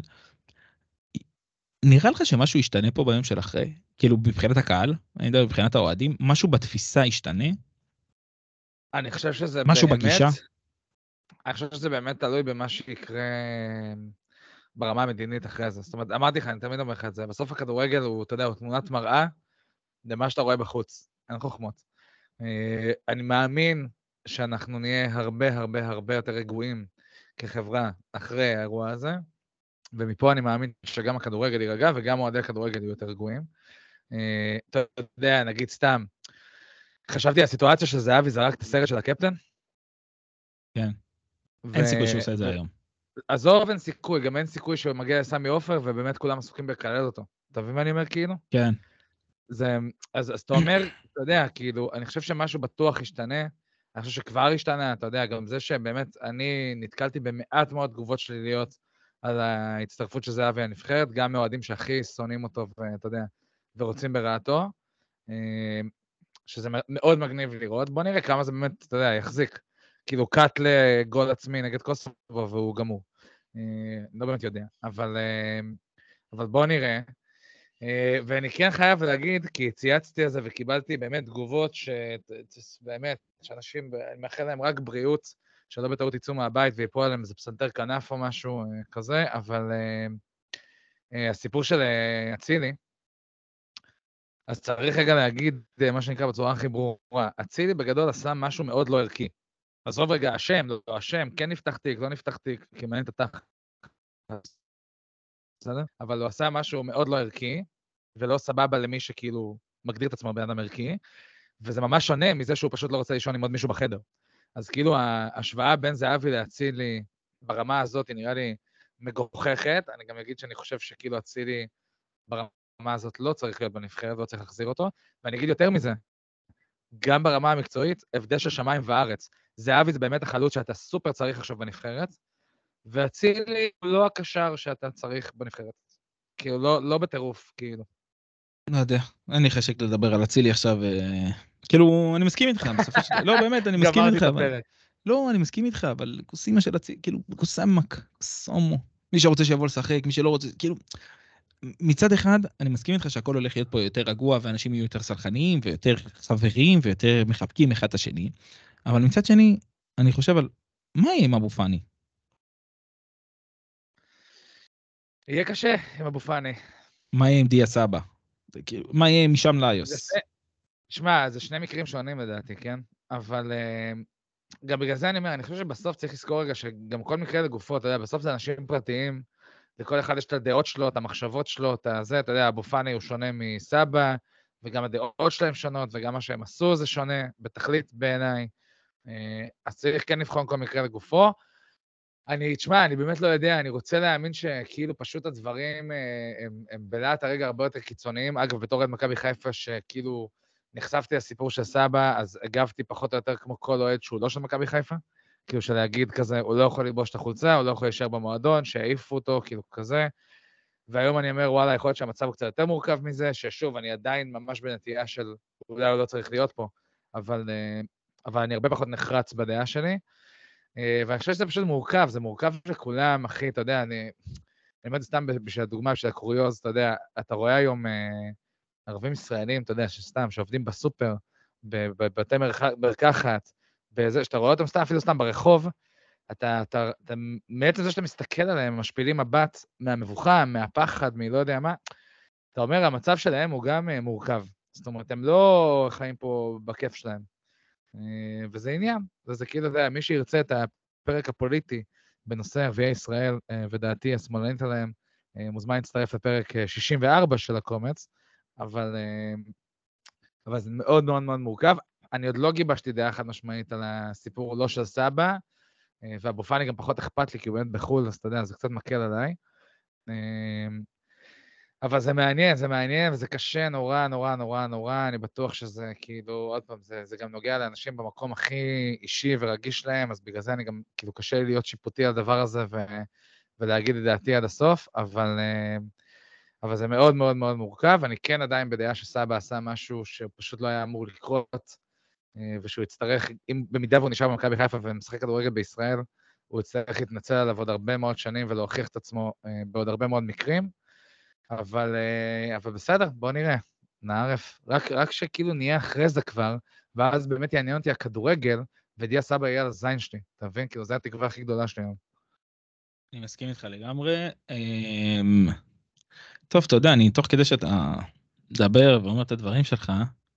נראה לך שמשהו ישתנה פה ביום של אחרי? כאילו, מבחינת הקהל, אני יודע, מבחינת האוהדים, משהו בתפיסה ישתנה? אני חושב שזה משהו באמת... בגישה? אני חושב שזה באמת תלוי במה שיקרה ברמה המדינית אחרי זה. זאת אומרת, אמרתי לך, אני תמיד אומר לך את זה, בסוף הכדורגל הוא, אתה יודע, הוא תמונת מראה למה שאתה רואה בחוץ. אין חוכמות. אני מאמין שאנחנו נהיה הרבה הרבה הרבה יותר רגועים כחברה אחרי האירוע הזה, ומפה אני מאמין שגם הכדורגל יירגע וגם אוהדי הכדורגל יהיו יותר רגועים. אתה יודע, נגיד סתם, חשבתי על הסיטואציה של זהבי זרק את הסרט של הקפטן. כן. אין סיכוי שהוא עושה את זה היום. עזוב, אין סיכוי, גם אין סיכוי שהוא מגיע לסמי עופר, ובאמת כולם עסוקים בקלל אותו. אתה מבין מה אני אומר, כאילו? כן. אז אתה אומר, אתה יודע, כאילו, אני חושב שמשהו בטוח ישתנה, אני חושב שכבר השתנה, אתה יודע, גם זה שבאמת אני נתקלתי במעט מאוד תגובות שליליות על ההצטרפות של זהבי הנבחרת, גם מאוהדים שהכי שונאים אותו, ואתה יודע, ורוצים ברעתו, שזה מאוד מגניב לראות. בוא נראה כמה זה באמת, אתה יודע, יחזיק. כאילו, קאט לגול עצמי נגד קוסובו, והוא גמור. לא באמת יודע, אבל בוא נראה. ואני כן חייב להגיד, כי צייצתי על זה וקיבלתי באמת תגובות שבאמת, שאנשים, אני מאחל להם רק בריאות, שלא בטעות יצאו מהבית ויפול עליהם איזה פסנתר כנף או משהו כזה, אבל הסיפור של אצילי, אז צריך רגע להגיד מה שנקרא בצורה הכי ברורה, אצילי בגדול עשה משהו מאוד לא ערכי. עזוב רגע, אשם, לא אשם, כן נפתח תיק, לא נפתח תיק, כי מעניין את התחת. בסדר? אבל הוא עשה משהו מאוד לא ערכי, ולא סבבה למי שכאילו מגדיר את עצמו בן אדם ערכי, וזה ממש שונה מזה שהוא פשוט לא רוצה לישון עם עוד מישהו בחדר. אז כאילו ההשוואה בין זהבי לאצילי ברמה הזאת היא נראה לי מגוחכת, אני גם אגיד שאני חושב שכאילו אצילי ברמה הזאת לא צריך להיות בנבחרת, לא צריך להחזיר אותו, ואני אגיד יותר מזה, גם ברמה המקצועית, הבדל של שמיים וארץ. זהבי זה באמת החלוץ שאתה סופר צריך עכשיו בנבחרת, ואצילי הוא לא הקשר שאתה צריך בנבחרת. כאילו, לא בטירוף, כאילו. לא יודע, אין לי חשק לדבר על אצילי עכשיו, כאילו, אני מסכים איתך, בסופו של דבר, לא, באמת, אני מסכים איתך, אבל... לא, אני מסכים איתך, אבל כוסימה של אצילי, כאילו, כוסמק, סומו. מי שרוצה שיבוא לשחק, מי שלא רוצה, כאילו... מצד אחד, אני מסכים איתך שהכל הולך להיות פה יותר רגוע, ואנשים יהיו יותר סלחניים, ויותר חברים, ויותר מחבקים אחד את השני. אבל מצד שני, אני חושב על, מה יהיה עם אבו פאני? יהיה קשה עם אבו פאני. מה יהיה עם דיה סבא? מה יהיה משם לאיוס? שמע, זה שני מקרים שונים לדעתי, כן? אבל גם בגלל זה אני אומר, אני חושב שבסוף צריך לזכור רגע שגם כל מקרה לגופו, אתה יודע, בסוף זה אנשים פרטיים, לכל אחד יש את הדעות שלו, את המחשבות שלו, את זה, אתה יודע, אבו פאני הוא שונה מסבא, וגם הדעות שלהם שונות, וגם מה שהם עשו זה שונה, בתכלית בעיניי. אז צריך כן לבחון כל מקרה לגופו. תשמע, אני באמת לא יודע, אני רוצה להאמין שכאילו פשוט הדברים הם בלהט הרגע הרבה יותר קיצוניים. אגב, בתור עד מכבי חיפה, שכאילו נחשפתי לסיפור של סבא, אז הגבתי פחות או יותר כמו כל אוהד שהוא לא של מכבי חיפה. כאילו שלהגיד כזה, הוא לא יכול ללבוש את החולצה, הוא לא יכול להישאר במועדון, שהעיפו אותו, כאילו כזה. והיום אני אומר, וואלה, יכול להיות שהמצב הוא קצת יותר מורכב מזה, ששוב, אני עדיין ממש בנטייה של, אולי הוא לא צריך להיות פה, אבל אני הרבה פחות נחרץ בדעה שלי. ואני חושב שזה פשוט מורכב, זה מורכב לכולם, אחי, אתה יודע, אני אומר את זה סתם בשביל הדוגמה, בשביל הקוריוז, אתה יודע, אתה רואה היום ערבים ישראלים, אתה יודע, שסתם, שעובדים בסופר, בבתי מרקחת, בזה, שאתה רואה אותם סתם, אפילו סתם ברחוב, אתה מעצם זה שאתה מסתכל עליהם, משפילים מבט מהמבוכה, מהפחד, מלא יודע מה, אתה אומר, המצב שלהם הוא גם מורכב. זאת אומרת, הם לא חיים פה בכיף שלהם. וזה עניין, וזה כאילו, אתה יודע, מי שירצה את הפרק הפוליטי בנושא ערביי ישראל, ודעתי השמאלנית עליהם, מוזמן להצטרף לפרק 64 של הקומץ, אבל זה מאוד מאוד מאוד מורכב. אני עוד לא גיבשתי דעה חד משמעית על הסיפור לא של סבא, ואבו פאני גם פחות אכפת לי, כי הוא באמת בחו"ל, אז אתה יודע, זה קצת מקל עליי. אבל זה מעניין, וזה קשה נורא, נורא, נורא, נורא, אני בטוח שזה כאילו, עוד פעם, זה גם נוגע לאנשים במקום הכי אישי ורגיש להם, אז בגלל זה אני גם, כאילו, קשה לי להיות שיפוטי על הדבר הזה ולהגיד את דעתי עד הסוף, אבל זה מאוד מאוד מאוד מורכב, אני כן עדיין בדעה שסבא עשה משהו שפשוט לא היה אמור לקרות, ושהוא יצטרך, אם במידה והוא נשאר במכבי חיפה ומשחק כדורגל בישראל, הוא יצטרך להתנצל עליו עוד הרבה מאוד שנים ולהוכיח את עצמו בעוד הרבה מאוד מקרים, אבל בסדר, בוא נראה, נערף. רק שכאילו נהיה אחרי זה כבר, ואז באמת יעניין אותי הכדורגל, ודיה סבא יהיה על הזין שלי, אתה מבין? כאילו, זו התקווה הכי גדולה שלי היום. אני מסכים איתך לגמרי. טוב, אתה יודע, אני תוך כדי שאתה מדבר ואומר את הדברים שלך,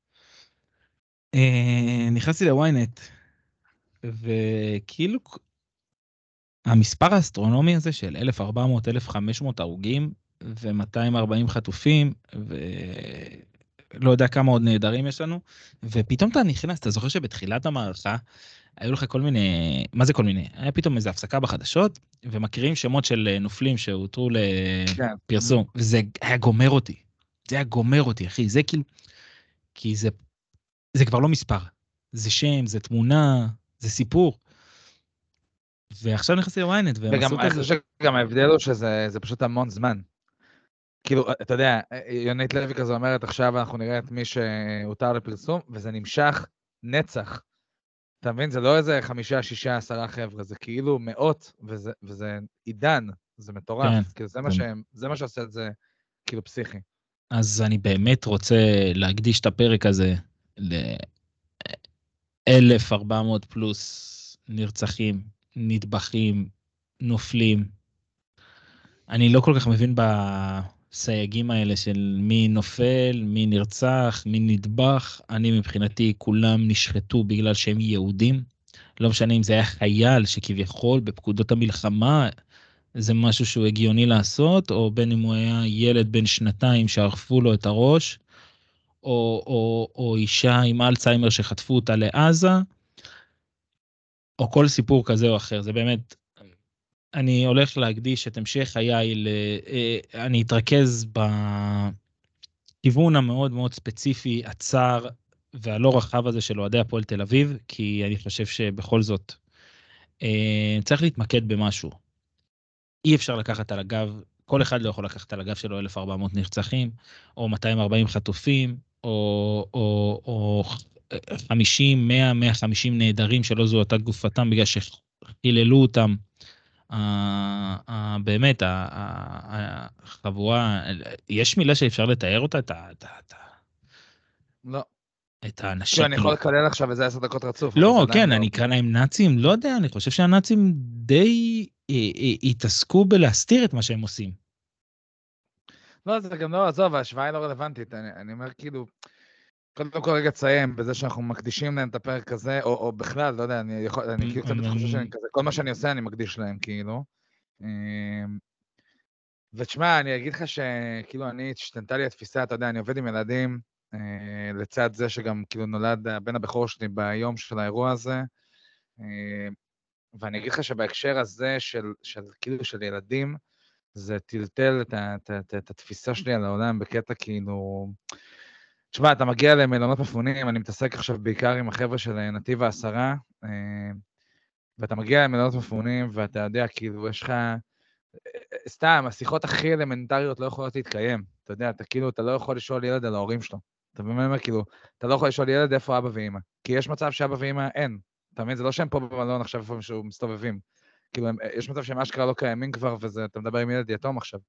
נכנסתי לוויינט, וכאילו המספר האסטרונומי הזה של 1,400-1,500 הרוגים ו-240 חטופים, ולא יודע כמה עוד נהדרים יש לנו, ופתאום אתה נכנס, אתה זוכר שבתחילת המערכה, היו לך כל מיני, מה זה כל מיני? היה פתאום איזו הפסקה בחדשות, ומקריאים שמות של נופלים שהותרו לפרסום, וזה היה גומר אותי. זה היה גומר אותי, אחי. זה כאילו, כי זה כבר לא מספר. זה שם, זה תמונה, זה סיפור. ועכשיו נכנסתי לוויינט, והם עשו וגם, אני כזה. חושב שגם ההבדל הוא שזה פשוט המון זמן. כאילו, אתה יודע, יונית לוי כזה אומרת, עכשיו אנחנו נראה את מי שהותר לפרסום, וזה נמשך נצח. אתה מבין? זה לא איזה 5, 6, 10 חבר'ה, זה כאילו מאות, וזה עידן, זה מטורף. כן. כאילו, זה מה שעושה את זה, כאילו, פסיכי. אז אני באמת רוצה להקדיש את הפרק הזה ל-1,400 פלוס נרצחים, נטבחים, נופלים. אני לא כל כך מבין בסייגים האלה של מי נופל, מי נרצח, מי נטבח. אני מבחינתי כולם נשחטו בגלל שהם יהודים. לא משנה אם זה היה חייל שכביכול בפקודות המלחמה זה משהו שהוא הגיוני לעשות, או בין אם הוא היה ילד בן 2 שערפו לו את הראש, או אישה עם אלצהיימר שחטפו אותה לעזה, או כל סיפור כזה או אחר. זה באמת, אני הולך להקדיש את המשך חיי, אני אתרכז בכיוון המאוד מאוד ספציפי, הצר והלא רחב הזה של אוהדי הפועל תל אביב, כי אני חושב שבכל זאת צריך להתמקד במשהו. אי אפשר לקחת על הגב, כל אחד לא יכול לקחת על הגב שלו 1,400 נרצחים, או 240 חטופים, או 50, 100, 150 נהדרים שלא זוהתה גופתם בגלל שחיללו אותם. באמת, החבורה, יש מילה שאפשר לתאר אותה? לא. את האנשים. כאילו, אני יכול לקלל עכשיו איזה 10 דקות רצוף. לא, כן, אני אקרא להם נאצים, לא יודע, אני חושב שהנאצים די התעסקו בלהסתיר את מה שהם עושים. לא, זה גם לא, עזוב, ההשוואה היא לא רלוונטית. אני אומר, כאילו, קודם כל רגע תסיים בזה שאנחנו מקדישים להם את הפרק הזה, או בכלל, לא יודע, אני כאילו קצת בתחושה שאני כזה, כל מה שאני עושה אני מקדיש להם, כאילו. ותשמע, אני אגיד לך שכאילו אני, השתנתה לי התפיסה, אתה יודע, אני עובד עם ילדים, לצד זה שגם כאילו נולד הבן הבכור שלי ביום של האירוע הזה, ואני אגיד לך שבהקשר הזה כאילו של ילדים, זה טלטל את התפיסה שלי על העולם בקטע כאילו... תשמע, אתה מגיע למלונות מפונים, אני מתעסק עכשיו בעיקר עם החבר'ה של נתיב העשרה, ואתה מגיע למלונות מפונים, ואתה יודע, כאילו, יש לך... סתם, השיחות הכי אלמנטריות לא יכולות להתקיים. אתה יודע, אתה לא יכול לשאול ילד על ההורים שלו. אתה מבין, כאילו, אתה לא יכול לשאול ילד איפה אבא ואמא. כי יש מצב שאבא ואמא אין. אתה מבין, זה לא שהם פה במלון עכשיו איפה שהם מסתובבים. כאילו, יש מצב שהם אשכרה לא קיימים כבר, אתה מדבר עם ילד יתום עכשיו.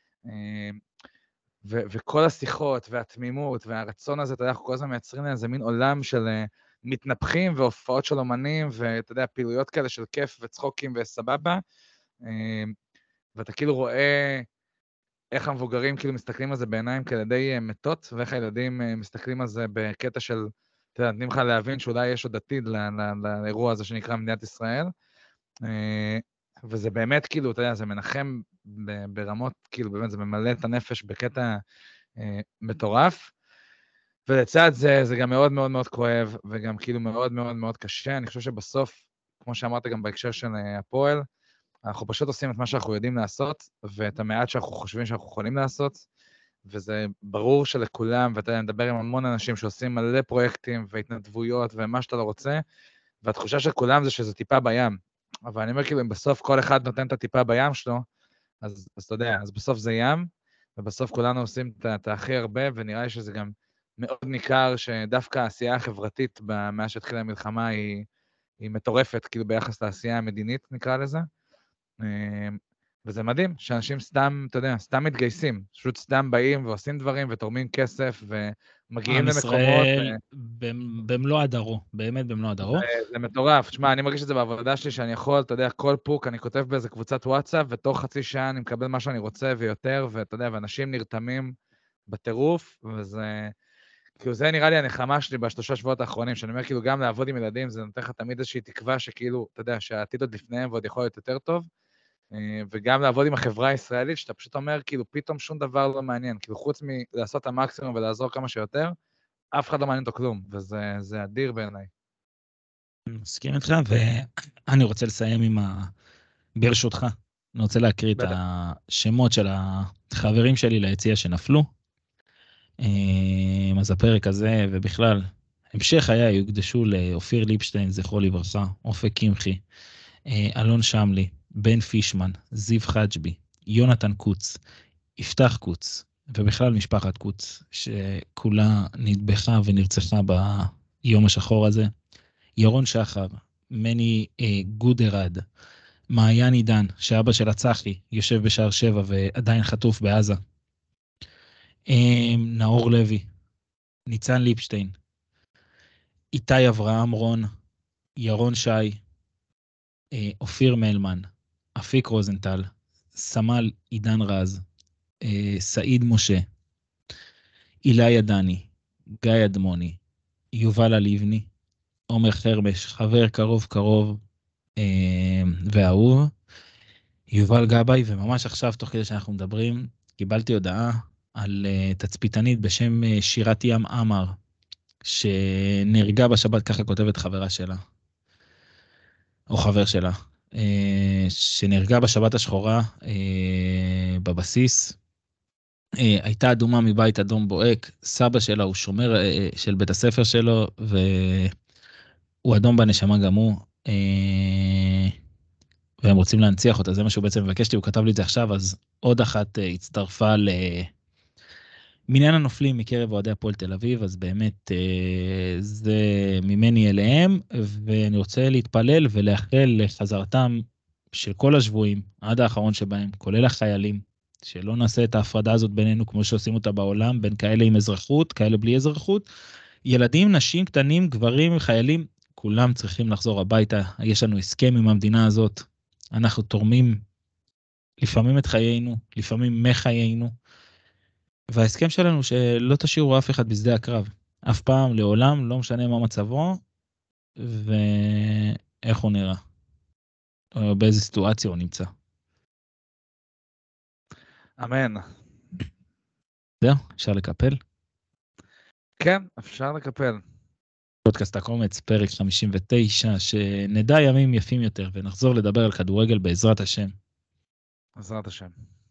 וכל השיחות והתמימות והרצון הזה, אתה יודע, אנחנו כל הזמן מייצרים איזה מין עולם של מתנפחים והופעות של אומנים, ואתה יודע, פעילויות כאלה של כיף וצחוקים וסבבה, ואתה כאילו רואה איך המבוגרים כאילו מסתכלים על זה בעיניים כאלה די מתות, ואיך הילדים מסתכלים על זה בקטע של, אתה יודע, נותנים לך להבין שאולי יש עוד עתיד לאירוע הזה שנקרא מדינת ישראל. וזה באמת, כאילו, אתה יודע, זה מנחם ברמות, כאילו, באמת, זה ממלא את הנפש בקטע מטורף. ולצד זה, זה גם מאוד מאוד מאוד כואב, וגם כאילו מאוד מאוד מאוד קשה. אני חושב שבסוף, כמו שאמרת גם בהקשר של הפועל, אנחנו פשוט עושים את מה שאנחנו יודעים לעשות, ואת המעט שאנחנו חושבים שאנחנו יכולים לעשות, וזה ברור שלכולם, ואתה יודע, אני מדבר עם המון אנשים שעושים מלא פרויקטים והתנדבויות ומה שאתה לא רוצה, והתחושה של כולם זה שזה טיפה בים. אבל אני אומר כאילו, אם בסוף כל אחד נותן את הטיפה בים שלו, אז אתה יודע, אז בסוף זה ים, ובסוף כולנו עושים את הכי הרבה, ונראה לי שזה גם מאוד ניכר שדווקא העשייה החברתית מאז שהתחילה המלחמה היא מטורפת, כאילו ביחס לעשייה המדינית, נקרא לזה. וזה מדהים שאנשים סתם, אתה יודע, סתם מתגייסים, פשוט סתם באים ועושים דברים ותורמים כסף ומגיעים למקומות. עם ישראל במלוא הדרו, באמת במלוא הדרו. זה מטורף. תשמע, אני מרגיש את זה בעבודה שלי שאני יכול, אתה יודע, כל פוק, אני כותב באיזה קבוצת וואטסאפ, ותוך חצי שעה אני מקבל מה שאני רוצה ויותר, ואתה יודע, ואנשים נרתמים בטירוף, וזה, כאילו זה נראה לי הנחמה שלי בשלושה שבועות האחרונים, שאני אומר, כאילו גם לעבוד עם ילדים, זה נותן לך תמיד איזושהי תקווה שכאילו, אתה יודע, שהעתיד עוד לפניהם ועוד יכול להיות יותר טוב, וגם לעבוד עם החברה הישראלית, שאתה פשוט אומר, כאילו, פתאום שום דבר לא מעניין, כאילו, חוץ מלעשות את המקסימום ולעזור כמה שיותר, אף אחד לא מעניין אותו כלום, וזה אדיר בעיניי. מסכים איתך, ואני רוצה לסיים עם ברשותך, אני רוצה להקריא את השמות של החברים שלי ליציע שנפלו. אז הפרק הזה, ובכלל, המשך חיי יוקדשו לאופיר ליבשטיין, זכרו לברכה, אופק קמחי, אלון שמלי, בן פישמן, זיו חג'בי, יונתן קוץ, יפתח קוץ, ובכלל משפחת קוץ, שכולה נטבחה ונרצחה ביום השחור הזה. ירון שחר, מני גודרד, מעיין עידן, שאבא של הצחי יושב בשער 7 ועדיין חטוף בעזה. נאור לוי, ניצן ליבשטיין, איתי אברהם רון, ירון שי, אופיר מלמן, אפיק רוזנטל, סמל עידן רז, סעיד משה, אילי ידני, גיא אדמוני, יובל הלבני, עומר חרמש, חבר קרוב ואהוב, יובל גבאי, וממש עכשיו, תוך כדי שאנחנו מדברים, קיבלתי הודעה על תצפיתנית בשם שירת ים אמר, שנהרגה בשבת, ככה כותבת חברה שלה, או חבר שלה, שנהרגה בשבת השחורה בבסיס, הייתה אדומה מבית אדום בוהק, סבא שלה הוא שומר של בית הספר שלו, והוא אדום בנשמה גם הוא, והם רוצים להנציח אותה, זה מה שהוא בעצם מבקש לי, הוא כתב לי את זה עכשיו, אז עוד אחת הצטרפה למניין הנופלים מקרב אוהדי הפועל תל אביב, אז באמת זה ממני אליהם, ואני רוצה להתפלל ולאחל לחזרתם של כל השבויים, עד האחרון שבהם, כולל החיילים, שלא נעשה את ההפרדה הזאת בינינו כמו שעושים אותה בעולם, בין כאלה עם אזרחות, כאלה בלי אזרחות, ילדים, נשים, קטנים, גברים, חיילים, כולם צריכים לחזור הביתה, יש לנו הסכם עם המדינה הזאת, אנחנו תורמים לפעמים את חיינו, לפעמים מחיינו, וההסכם שלנו שלא תשאירו אף אחד בשדה הקרב, אף פעם, לעולם, לא משנה מה מצבו, ואיך הוא נראה, או באיזה סיטואציה הוא נמצא. אמן. זהו, אפשר לקפל? כן, אפשר לקפל. פודקאסט הקומץ, פרק 59, שנדע ימים יפים יותר, ונחזור לדבר על כדורגל בעזרת השם. בעזרת השם.